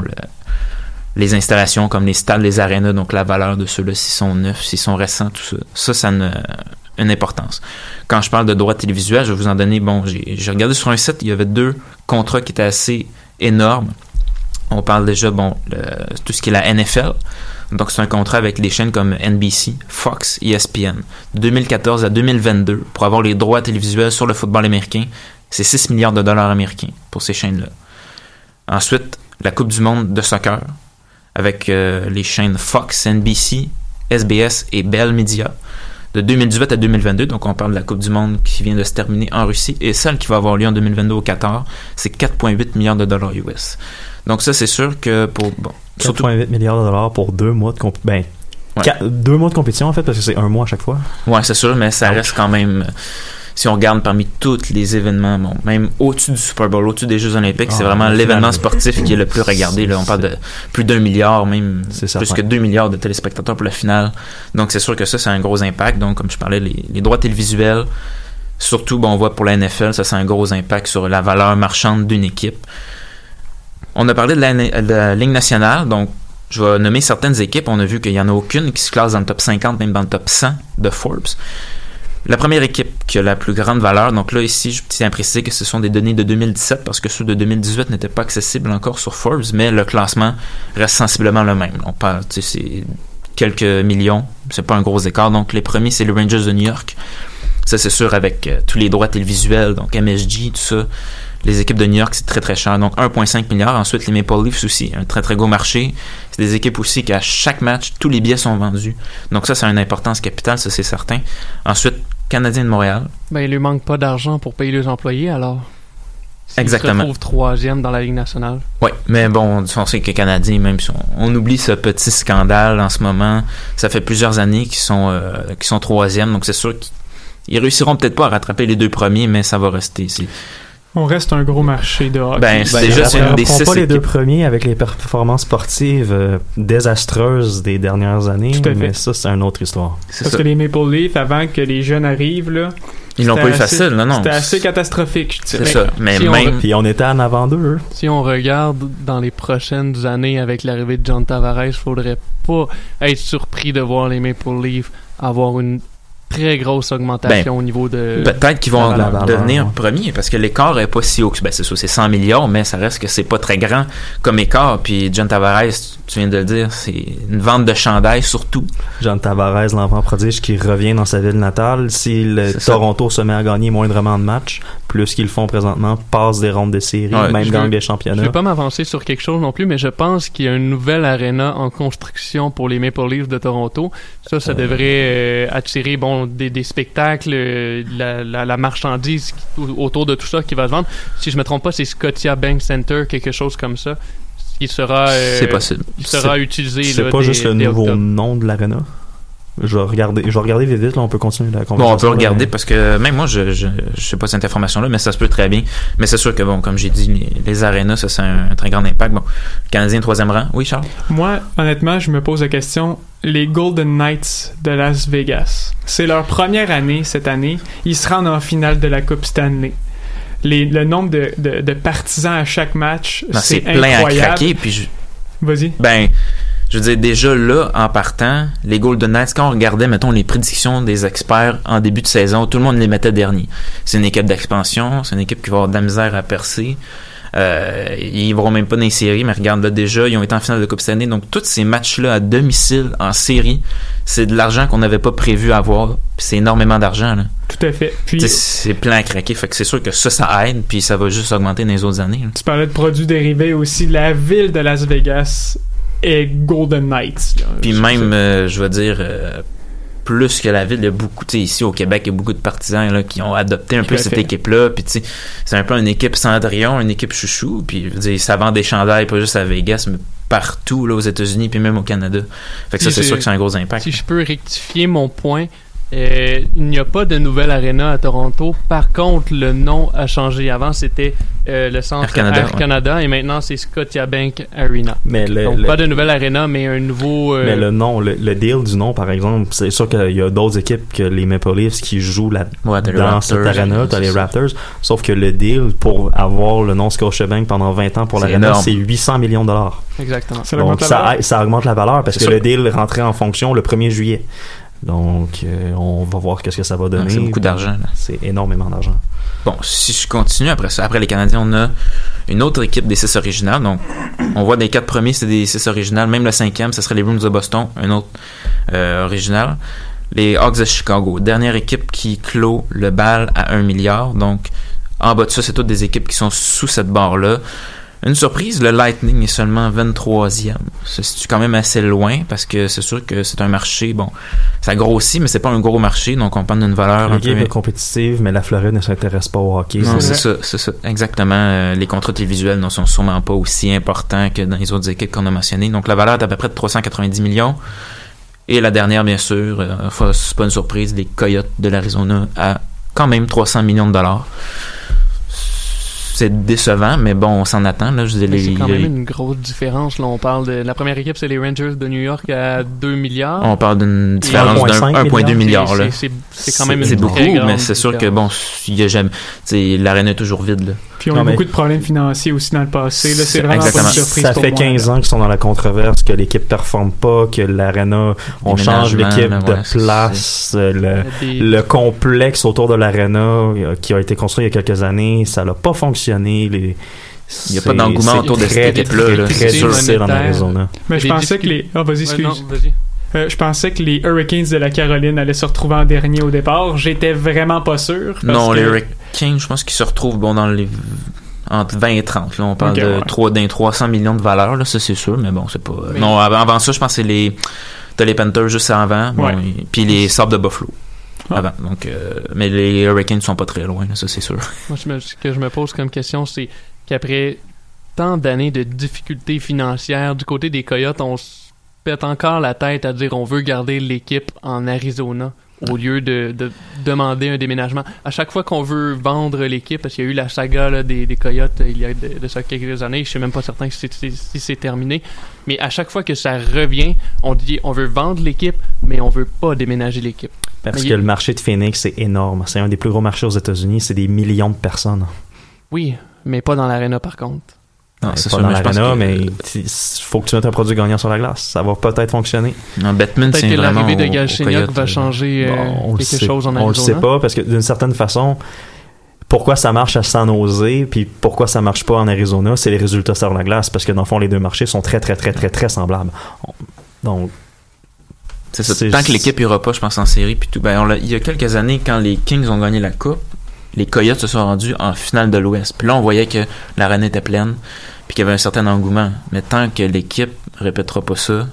Speaker 6: les installations comme les stades, les arénas, donc la valeur de ceux-là, s'ils sont neufs, s'ils sont récents, tout ça. Ça a une importance. Quand je parle de droits télévisuels, je vais vous en donner, bon, j'ai regardé sur un site, il y avait 2 contrats qui étaient assez énormes. On parle déjà, bon, tout ce qui est la NFL. Donc, c'est un contrat avec des chaînes comme NBC, Fox, ESPN. De 2014 à 2022, pour avoir les droits télévisuels sur le football américain, c'est 6 milliards de dollars américains pour ces chaînes-là. Ensuite, la Coupe du monde de soccer, avec les chaînes Fox, NBC, SBS et Bell Media. De 2018 à 2022, donc on parle de la Coupe du monde qui vient de se terminer en Russie, et celle qui va avoir lieu en 2022 au Qatar, c'est 4,8 milliards de dollars US. Donc ça, c'est sûr que pour... Bon,
Speaker 4: 4,8 milliards de dollars pour 2 mois de compétition. 2 mois de compétition, en fait, parce que c'est 1 mois à chaque fois.
Speaker 6: Ouais, c'est sûr, mais ça reste quand même... si on regarde parmi tous les événements, bon, même au-dessus du Super Bowl, au-dessus des Jeux Olympiques, c'est vraiment l'événement sportif qui est le plus regardé. Là, on parle de plus d'1 milliard, même plus que 2 milliards de téléspectateurs pour la finale. Donc, c'est sûr que ça a un gros impact. Donc, comme je parlais, les droits télévisuels, surtout, on voit pour la NFL, ça a un gros impact sur la valeur marchande d'une équipe. On a parlé de la Ligue nationale, donc je vais nommer certaines équipes. On a vu qu'il n'y en a aucune qui se classe dans le top 50, même dans le top 100 de Forbes. La première équipe qui a la plus grande valeur, donc là ici, je tiens à préciser que ce sont des données de 2017 parce que ceux de 2018 n'étaient pas accessibles encore sur Forbes, mais le classement reste sensiblement le même. On parle, c'est quelques millions, c'est pas un gros écart. Donc les premiers, c'est les Rangers de New York. Ça, c'est sûr, avec tous les droits télévisuels, donc MSG, tout ça. Les équipes de New York, c'est très très cher. Donc 1,5 milliard. Ensuite, les Maple Leafs aussi, un très très gros marché. C'est des équipes aussi qu'à chaque match, tous les billets sont vendus. Donc ça a une importance capitale, ça c'est certain. Ensuite, Canadiens de Montréal.
Speaker 5: Il lui manque pas d'argent pour payer les employés, alors.
Speaker 6: Exactement.
Speaker 5: Il se retrouve 3e dans la Ligue nationale.
Speaker 6: Oui, mais bon, on sait que les Canadiens, même si on oublie ce petit scandale en ce moment, ça fait plusieurs années qu'ils sont 3e. Donc c'est sûr qu'ils réussiront peut-être pas à rattraper les 2 premiers, mais ça va rester.
Speaker 3: On reste un gros marché de hockey.
Speaker 6: C'est une des 6
Speaker 4: pas les
Speaker 6: équipes.
Speaker 4: 2 premiers avec les performances sportives désastreuses des dernières années, mais ça, c'est une autre histoire.
Speaker 3: Parce que les Maple Leafs, avant que les jeunes arrivent, là,
Speaker 6: ils l'ont pas eu facile, non.
Speaker 3: C'était assez catastrophique, je dirais.
Speaker 6: C'est ça. Mais
Speaker 4: puis on était en avant d'eux.
Speaker 5: Si on regarde dans les prochaines années avec l'arrivée de John Tavares, il faudrait pas être surpris de voir les Maple Leafs avoir une très grosse augmentation au niveau de...
Speaker 6: Peut-être qu'ils vont devenir premiers, parce que l'écart est pas si haut. C'est sûr, c'est 100 millions, mais ça reste que c'est pas très grand comme écart. Puis John Tavares, tu viens de le dire, c'est une vente de chandail surtout.
Speaker 4: John Tavares, l'enfant prodige qui revient dans sa ville natale. Si Toronto se met à gagner moindrement de matchs, plus qu'ils le font présentement, passe des rondes de série, même gagne des championnats.
Speaker 5: Je vais pas m'avancer sur quelque chose non plus, mais je pense qu'il y a une nouvelle arena en construction pour les Maple Leafs de Toronto. Ça devrait attirer des spectacles, la marchandise autour de tout ça qui va se vendre. Si je me trompe pas, c'est Scotia Bank Center, quelque chose comme ça. Il sera,
Speaker 6: c'est possible.
Speaker 5: Il sera utilisé.
Speaker 4: C'est pas juste le nouveau nom de l'arena. Je vais regarder vite, là, on peut continuer la conversation.
Speaker 6: Bon, on peut regarder parce que même moi, je sais pas cette information-là, mais ça se peut très bien. Mais c'est sûr que, comme j'ai dit, les arénas, ça a un très grand impact. Bon, Canadien 3e rang. Oui, Charles?
Speaker 3: Moi, honnêtement, je me pose la question, les Golden Knights de Las Vegas, c'est leur première année cette année. Ils se rendent en finale de la Coupe Stanley. Le nombre de partisans à chaque match, c'est
Speaker 6: plein
Speaker 3: incroyable.
Speaker 6: À craquer, puis
Speaker 3: Vas-y.
Speaker 6: Je veux dire, déjà là, en partant, les Golden Knights, quand on regardait, mettons, les prédictions des experts en début de saison, tout le monde les mettait derniers. C'est une équipe d'expansion, c'est une équipe qui va avoir de la misère à percer. Ils vont même pas dans les séries, mais regarde, là, déjà, ils ont été en finale de Coupe Stanley. Donc, tous ces matchs-là à domicile, en série, c'est de l'argent qu'on n'avait pas prévu avoir. Puis c'est énormément d'argent, là.
Speaker 3: Tout à fait. Puis,
Speaker 6: c'est plein à craquer. Fait que c'est sûr que ça aide, puis ça va juste augmenter dans les autres années, là.
Speaker 3: Tu parlais de produits dérivés aussi. La ville de Las Vegas et Golden Knights. Là.
Speaker 6: Puis même, je veux dire, plus que la ville, il y a beaucoup, tu sais, ici au Québec, il y a beaucoup de partisans là, qui ont adopté un peu cette équipe-là. Puis tu sais, c'est un peu une équipe Cendrillon, une équipe chouchou. Puis je veux dire, ça vend des chandails, pas juste à Vegas, mais partout là, aux États-Unis, puis même au Canada. Fait que ça, c'est sûr que c'est un gros impact.
Speaker 5: Si je peux rectifier mon point, il n'y a pas de nouvelle arena à Toronto. Par contre, le nom a changé. Avant, c'était le centre Air Canada et maintenant, c'est Scotiabank Arena. Donc, pas de nouvelle arena, mais un nouveau...
Speaker 4: Mais le nom, le deal du nom, par exemple, c'est sûr qu'il y a d'autres équipes que les Maple Leafs qui jouent dans cette arena. T'as les Raptors. Sauf que le deal pour avoir le nom Scotiabank pendant 20 ans pour l'arena, c'est 800 millions de dollars.
Speaker 5: Exactement.
Speaker 4: Donc, ça augmente la valeur parce que le deal rentrait en fonction le 1er juillet. Donc, on va voir qu'est-ce que ça va donner.
Speaker 6: C'est beaucoup d'argent. Là.
Speaker 4: C'est énormément d'argent.
Speaker 6: Bon, si je continue après les Canadiens, on a une autre équipe des 6 originales. Donc, on voit des 4 premiers, c'est des 6 originales. Même le 5e, ce serait les Bruins de Boston, un autre original. Les Hawks de Chicago, dernière équipe qui clôt le bal à 1 milliard. Donc, en bas de ça, c'est toutes des équipes qui sont sous cette barre-là. Une surprise, le Lightning est seulement 23e. Ça se situe quand même assez loin parce que c'est sûr que c'est un marché, bon, ça grossit, mais c'est pas un gros marché, donc on parle d'une valeur un peu
Speaker 4: compétitive, mais la Floride ne s'intéresse pas au hockey.
Speaker 6: Non, c'est ça, exactement. Les contrats télévisuels ne sont sûrement pas aussi importants que dans les autres équipes qu'on a mentionnées. Donc la valeur est à peu près de 390 millions. Et la dernière, bien sûr, c'est pas une surprise, les Coyotes de l'Arizona à quand même 300 millions de dollars. C'est décevant, mais bon, on s'en attend. Là.
Speaker 5: C'est quand même une grosse différence. Là, on parle de la première équipe, c'est les Rangers de New York à 2 milliards.
Speaker 6: On parle d'une différence d'1,2 milliard. Là.
Speaker 5: C'est quand même une
Speaker 6: beaucoup, mais c'est sûr que bon, il y a jamais. L'aréna est toujours vide. Là.
Speaker 3: Puis on a beaucoup de problèmes financiers aussi dans le passé. Là, c'est vraiment pas une surprise.
Speaker 4: Ça fait 15 ans qu'ils sont dans la controverse, que l'équipe performe pas, que l'aréna, on change l'équipe de place, le complexe autour de l'aréna qui a été construit il y a quelques années, ça n'a pas fonctionné. Il
Speaker 6: n'y a pas d'engouement autour de cette équipe-là.
Speaker 4: C'est très difficile en Arizona.
Speaker 3: Mais je pensais que les... vas-y, excuse. Je pensais que les Hurricanes de la Caroline allaient se retrouver en dernier au départ. J'étais vraiment pas sûr.
Speaker 6: Non, les Hurricanes, je pense qu'ils se retrouvent dans les... entre 20 et 30. Là, on parle d'un 300 millions de valeur, là, ça c'est sûr, mais bon, c'est pas... Non, avant ça, je pense que c'est t'as les Panthers juste avant, puis les Sabres de Buffalo. Avant. Donc, mais les Hurricanes sont pas très loin, là, ça c'est sûr.
Speaker 5: Moi, ce que je me pose comme question, c'est qu'après tant d'années de difficultés financières du côté des Coyotes, on se pète encore la tête à dire on veut garder l'équipe en Arizona au lieu de demander un déménagement. À chaque fois qu'on veut vendre l'équipe, parce qu'il y a eu la saga là, des Coyotes il y a de ça quelques années, je suis même pas certain si c'est terminé, mais à chaque fois que ça revient, on dit on veut vendre l'équipe, mais on veut pas déménager l'équipe.
Speaker 4: Parce que le marché de Phoenix est énorme. C'est un des plus gros marchés aux États-Unis. C'est des millions de personnes.
Speaker 5: Oui, mais pas dans l'aréna par contre.
Speaker 4: Non, c'est pas sûr, dans l'aréna, mais il faut que tu mettes un produit gagnant sur la glace. Ça va peut-être fonctionner.
Speaker 6: Non, Bettman, c'est
Speaker 5: peut-être que
Speaker 6: vraiment
Speaker 5: l'arrivée de Galchenyuk va changer quelque chose en Arizona.
Speaker 4: On le sait pas, parce que d'une certaine façon, pourquoi ça marche à San Jose, puis pourquoi ça marche pas en Arizona, c'est les résultats sur la glace, parce que dans le fond, les deux marchés sont très, très, très, très, très semblables. Donc,
Speaker 6: c'est ça. Tant que l'équipe ira pas, je pense, en série, puis tout. Il y a quelques années, quand les Kings ont gagné la Coupe, les Coyotes se sont rendus en finale de l'Ouest. Puis là, on voyait que l'aréna était pleine, puis qu'il y avait un certain engouement. Mais tant que l'équipe répétera pas ça,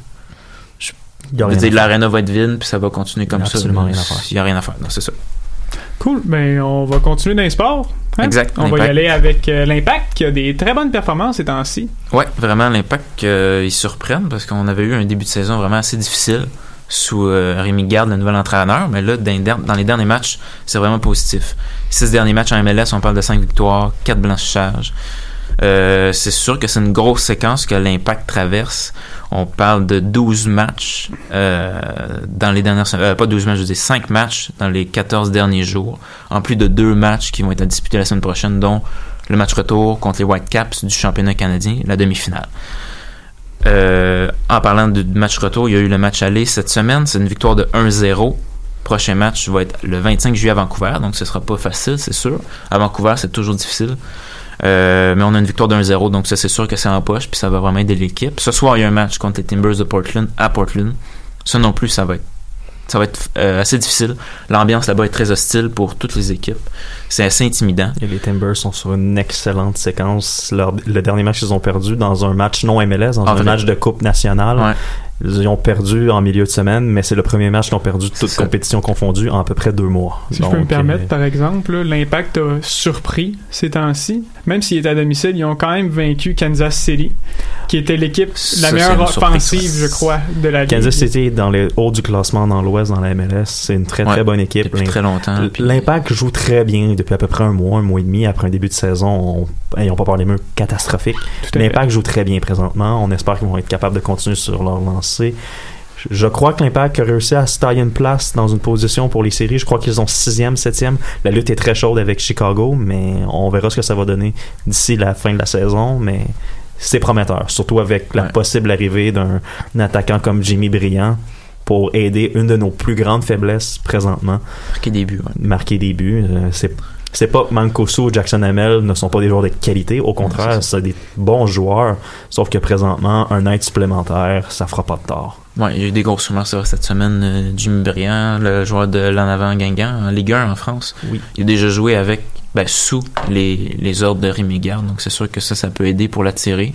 Speaker 6: l'aréna va être vide, puis ça va continuer comme ça.
Speaker 4: Absolument rien à faire.
Speaker 6: Il y a rien à faire. Non, c'est ça.
Speaker 3: Cool. Ben, on va continuer dans les sports. Hein?
Speaker 6: Exact.
Speaker 3: On va y aller avec l'Impact, qui a des très bonnes performances ces temps-ci.
Speaker 6: Ouais, vraiment, l'Impact, ils surprennent, parce qu'on avait eu un début de saison vraiment assez difficile sous Rémi Garde, le nouvel entraîneur, mais là, dans les derniers matchs, c'est vraiment positif. 6 derniers matchs en MLS, on parle de 5 victoires, 4 blanchissages. C'est sûr que c'est une grosse séquence que l'Impact traverse. On parle de 12 matchs dans les dernières semaines. Pas 12 matchs, je dis 5 matchs dans les 14 derniers jours, en plus de 2 matchs qui vont être à disputer la semaine prochaine, dont le match retour contre les Whitecaps du championnat canadien, la demi-finale. En parlant de match retour, il y a eu le match aller cette semaine. C'est une victoire de 1-0. Prochain match va être le 25 juillet à Vancouver, donc ce sera pas facile, c'est sûr. À Vancouver, c'est toujours difficile. Mais on a une victoire de 1-0, donc ça, c'est sûr que c'est en poche, puis ça va vraiment aider l'équipe. Ce soir, il y a un match contre les Timbers de Portland à Portland. Ça non plus, ça va être assez difficile. L'ambiance là-bas est très hostile pour toutes les équipes. C'est assez intimidant.
Speaker 4: Et les Timbers sont sur une excellente séquence. Le dernier match qu'ils ont perdu dans un match non MLS, dans un match de Coupe nationale. Ouais. Ils ont perdu en milieu de semaine, mais c'est le premier match qu'ils ont perdu de toute compétition confondue en à peu près 2 mois.
Speaker 3: Si je peux me permettre, par exemple, là, l'Impact a surpris ces temps-ci. Même s'il est à domicile, ils ont quand même vaincu Kansas City, qui était l'équipe la meilleure offensive, je crois, de la Ligue.
Speaker 4: Kansas City est dans les hauts du classement dans l'Ouest, dans la MLS. C'est une très, très bonne équipe.
Speaker 6: Depuis très longtemps.
Speaker 4: L'Impact joue très bien depuis à peu près un mois et demi. Après un début de saison, ils n'ont pas parlé mieux, catastrophique. L'Impact joue très bien présentement. On espère qu'ils vont être capables de continuer sur leur lancée. Je crois que l'Impact a réussi à se tailler une place dans une position pour les séries. Je crois qu'ils ont 6e, 7e. La lutte est très chaude avec Chicago, mais on verra ce que ça va donner d'ici la fin de la saison. Mais c'est prometteur, surtout avec la possible arrivée d'un attaquant comme Jimmy Briand pour aider une de nos plus grandes faiblesses présentement. Marquer des buts. C'est pas Mancosu ou Jackson Hamel ne sont pas des joueurs de qualité. Au contraire, c'est des bons joueurs. Sauf que présentement, un aide supplémentaire, ça fera pas de tort.
Speaker 6: Ouais, il y a eu des grosses rumeurs cette semaine. Jimmy Briand, le joueur de l'en avant Guingamp, en Ligue 1 en France. Oui. Il a déjà joué avec, sous les ordres de Rémi Garde. Donc c'est sûr que ça peut aider pour l'attirer.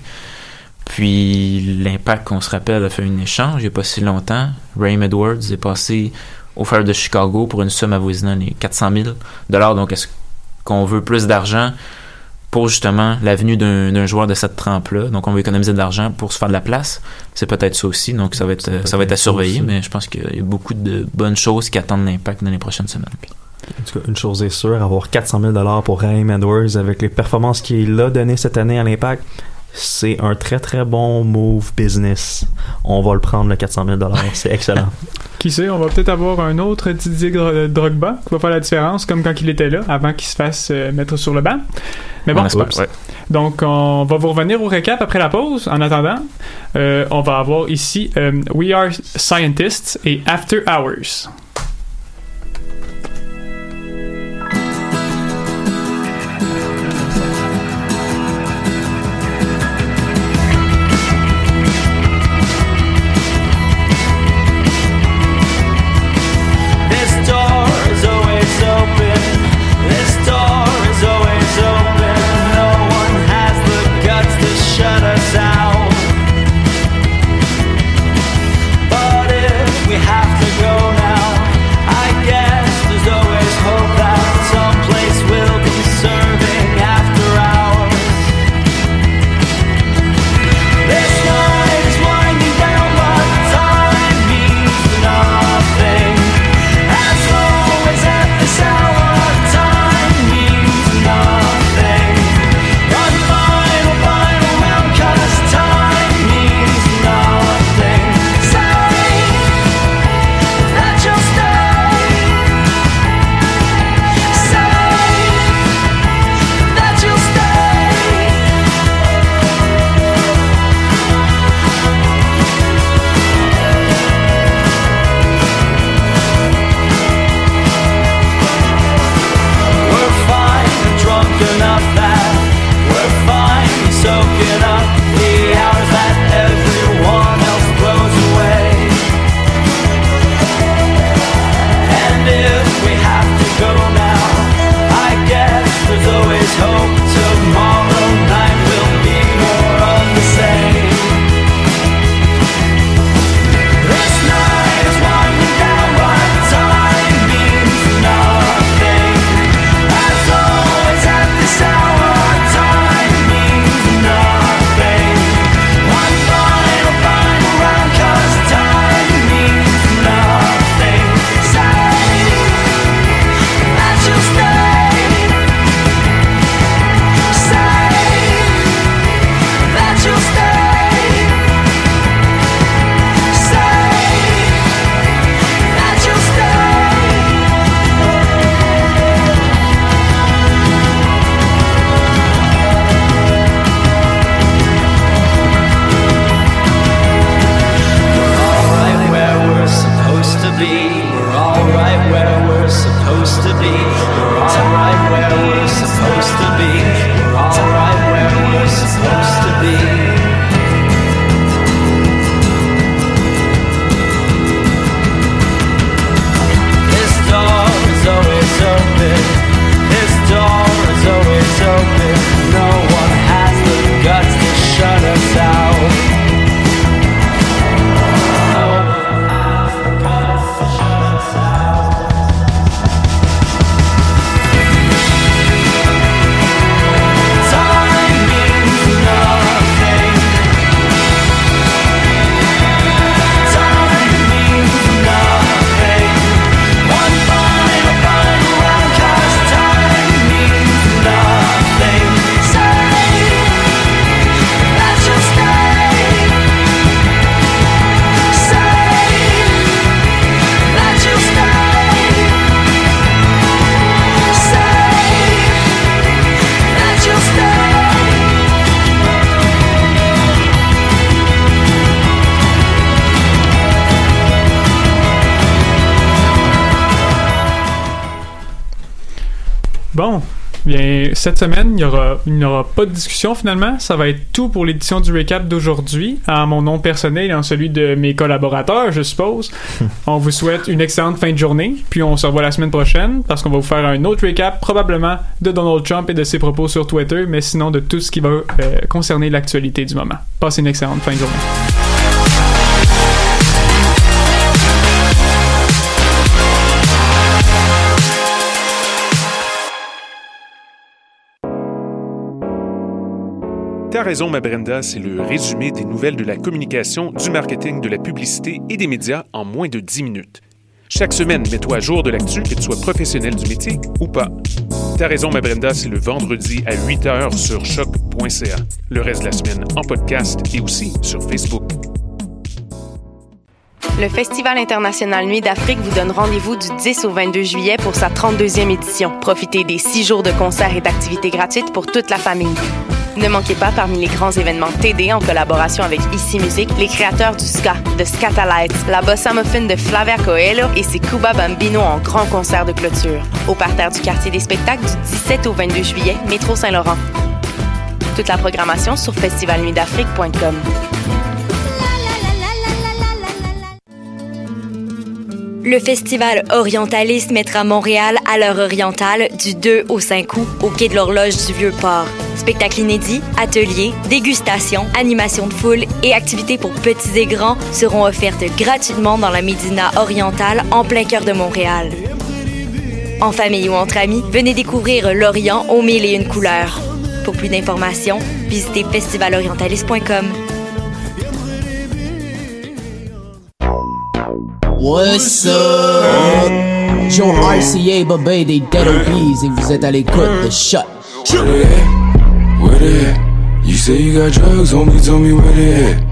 Speaker 6: Puis l'Impact, on se rappelle, a fait un échange il n'y a pas si longtemps. Raheem Edwards est passé au Fire de Chicago pour une somme avoisinant les 400 000 $. Donc est-ce qu'on veut plus d'argent pour justement l'avenue d'un joueur de cette trempe-là? Donc on veut économiser de l'argent pour se faire de la place. C'est peut-être ça aussi. Donc ça va être à surveiller, mais je pense qu'il y a beaucoup de bonnes choses qui attendent l'Impact dans les prochaines semaines.
Speaker 4: En tout cas, une chose est sûre, avoir 400 000 pour Raheem Edwards avec les performances qu'il a données cette année à l'Impact, c'est un très très bon move business. On va le prendre, le 400 000 $. C'est excellent.
Speaker 3: Qui sait, on va peut-être avoir un autre Didier Drogba qui va faire la différence, comme quand il était là, avant qu'il se fasse mettre sur le banc. Mais bon,
Speaker 6: ouais.
Speaker 3: Donc on va vous revenir au récap après la pause. En attendant, on va avoir ici We Are Scientists et After Hours. Bon, bien, cette semaine, il n'y aura pas de discussion finalement. Ça va être tout pour l'édition du recap d'aujourd'hui, en mon nom personnel et en celui de mes collaborateurs, je suppose. On vous souhaite une excellente fin de journée, puis on se revoit la semaine prochaine parce qu'on va vous faire un autre recap, probablement de Donald Trump et de ses propos sur Twitter, mais sinon de tout ce qui va concerner l'actualité du moment. Passez une excellente fin de journée.
Speaker 12: T'as raison, ma Brenda, c'est le résumé des nouvelles de la communication, du marketing, de la publicité et des médias en moins de 10 minutes. Chaque semaine, mets-toi à jour de l'actu, que tu sois professionnel du métier ou pas. T'as raison, ma Brenda, c'est le vendredi à 8h sur choc.ca. Le reste de la semaine en podcast et aussi sur Facebook.
Speaker 13: Le Festival international Nuit d'Afrique vous donne rendez-vous du 10 au 22 juillet pour sa 32e édition. Profitez des 6 jours de concerts et d'activités gratuites pour toute la famille. Ne manquez pas parmi les grands événements TD en collaboration avec Ici Musique, les créateurs du ska, de Scatalites, la bossa muffin de Flavia Coelho et ses Cuba Bambino en grand concert de clôture. Au parterre du quartier des spectacles du 17 au 22 juillet, métro Saint-Laurent. Toute la programmation sur festivalnuitdafrique.com.
Speaker 2: Le Festival Orientaliste mettra Montréal à l'heure orientale du 2 au 5 août au Quai de l'Horloge du Vieux-Port. Spectacles inédits, ateliers, dégustations, animations de foule et activités pour petits et grands seront offertes gratuitement dans la Médina orientale en plein cœur de Montréal. En famille ou entre amis, venez découvrir l'Orient aux 1001 couleurs. Pour plus d'informations, visitez festivalorientaliste.com.
Speaker 14: What's up? Joe RCA, Babé des Dead Obies et vous êtes à l'écoute de Shot.
Speaker 15: Where they at? You say you got drugs, homie, tell me where they at.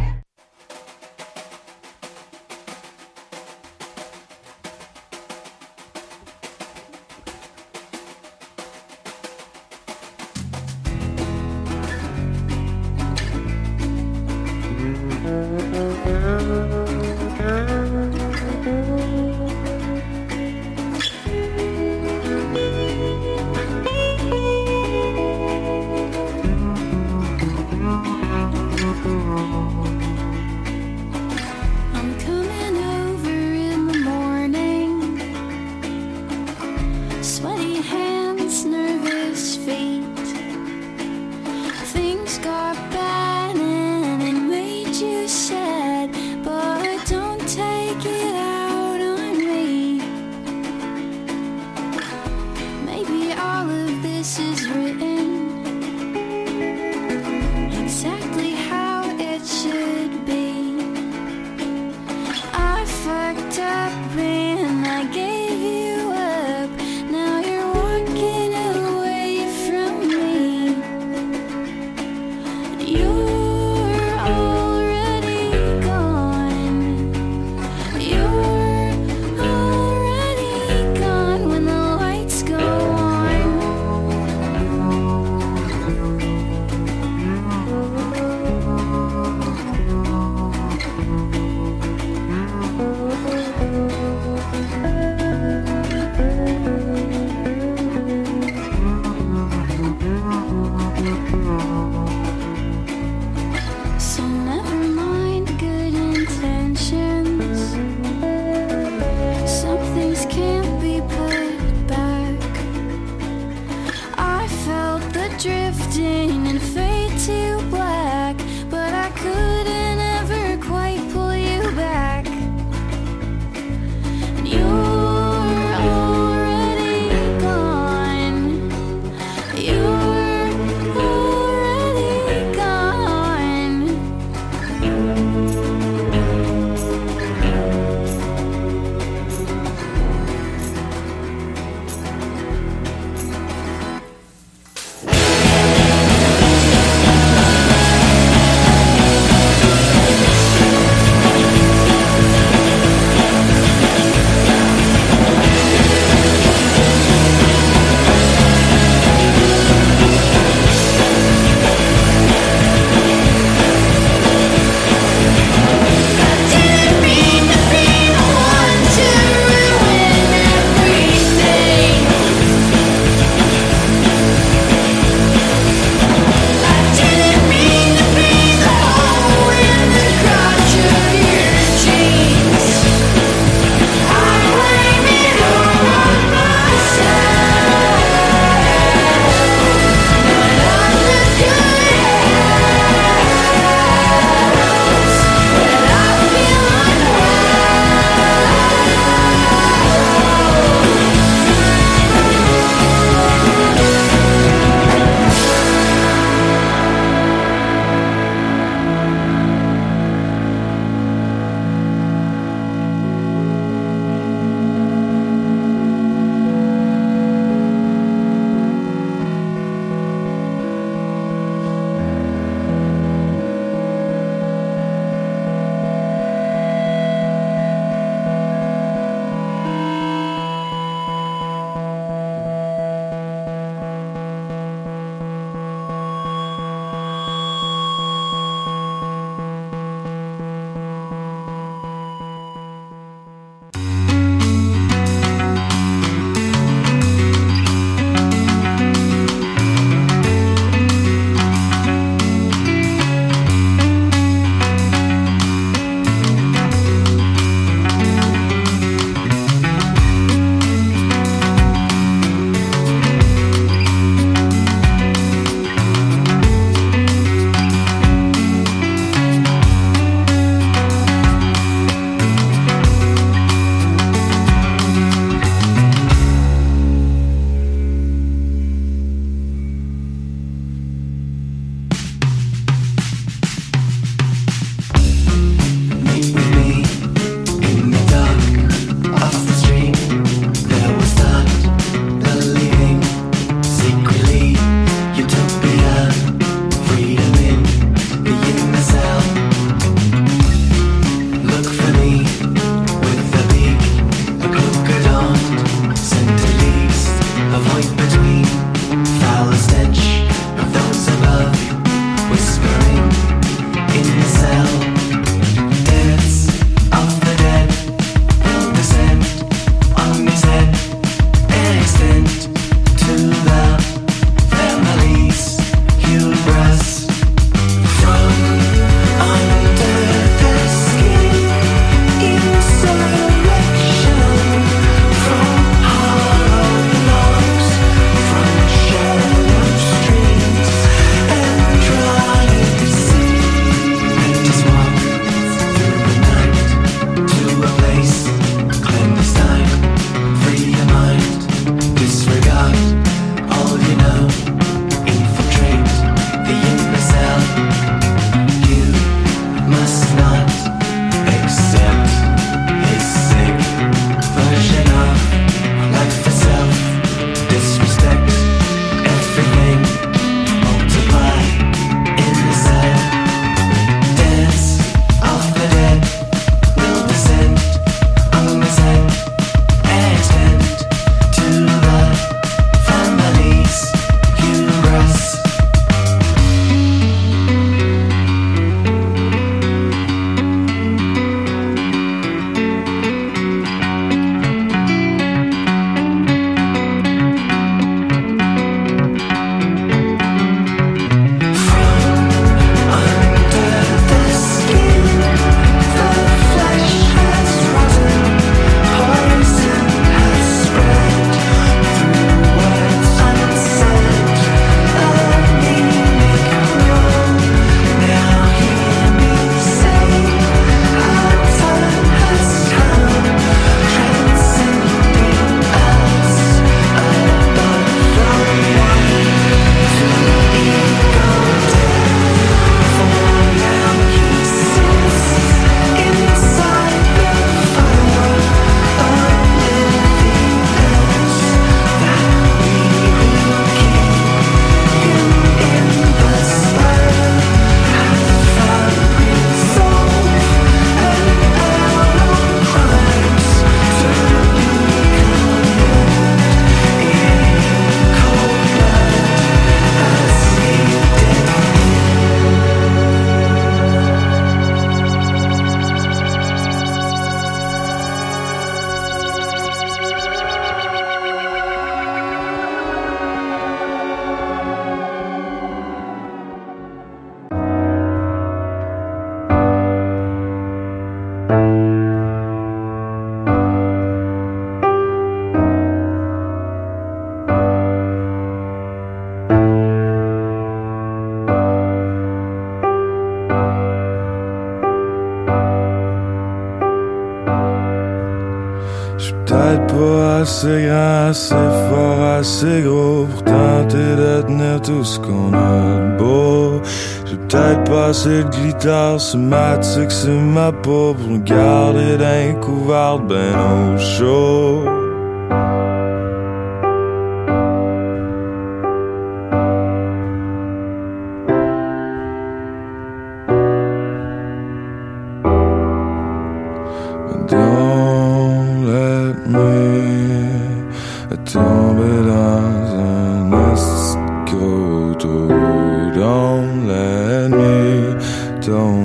Speaker 15: peut-être pas assez grand, assez fort, assez gros pour tenter de tenir tout ce qu'on a de beau. J'ai peut-être pas assez de glitter sur ma tuque, sur ma peau pour me garder d'un couvert ben au chaud.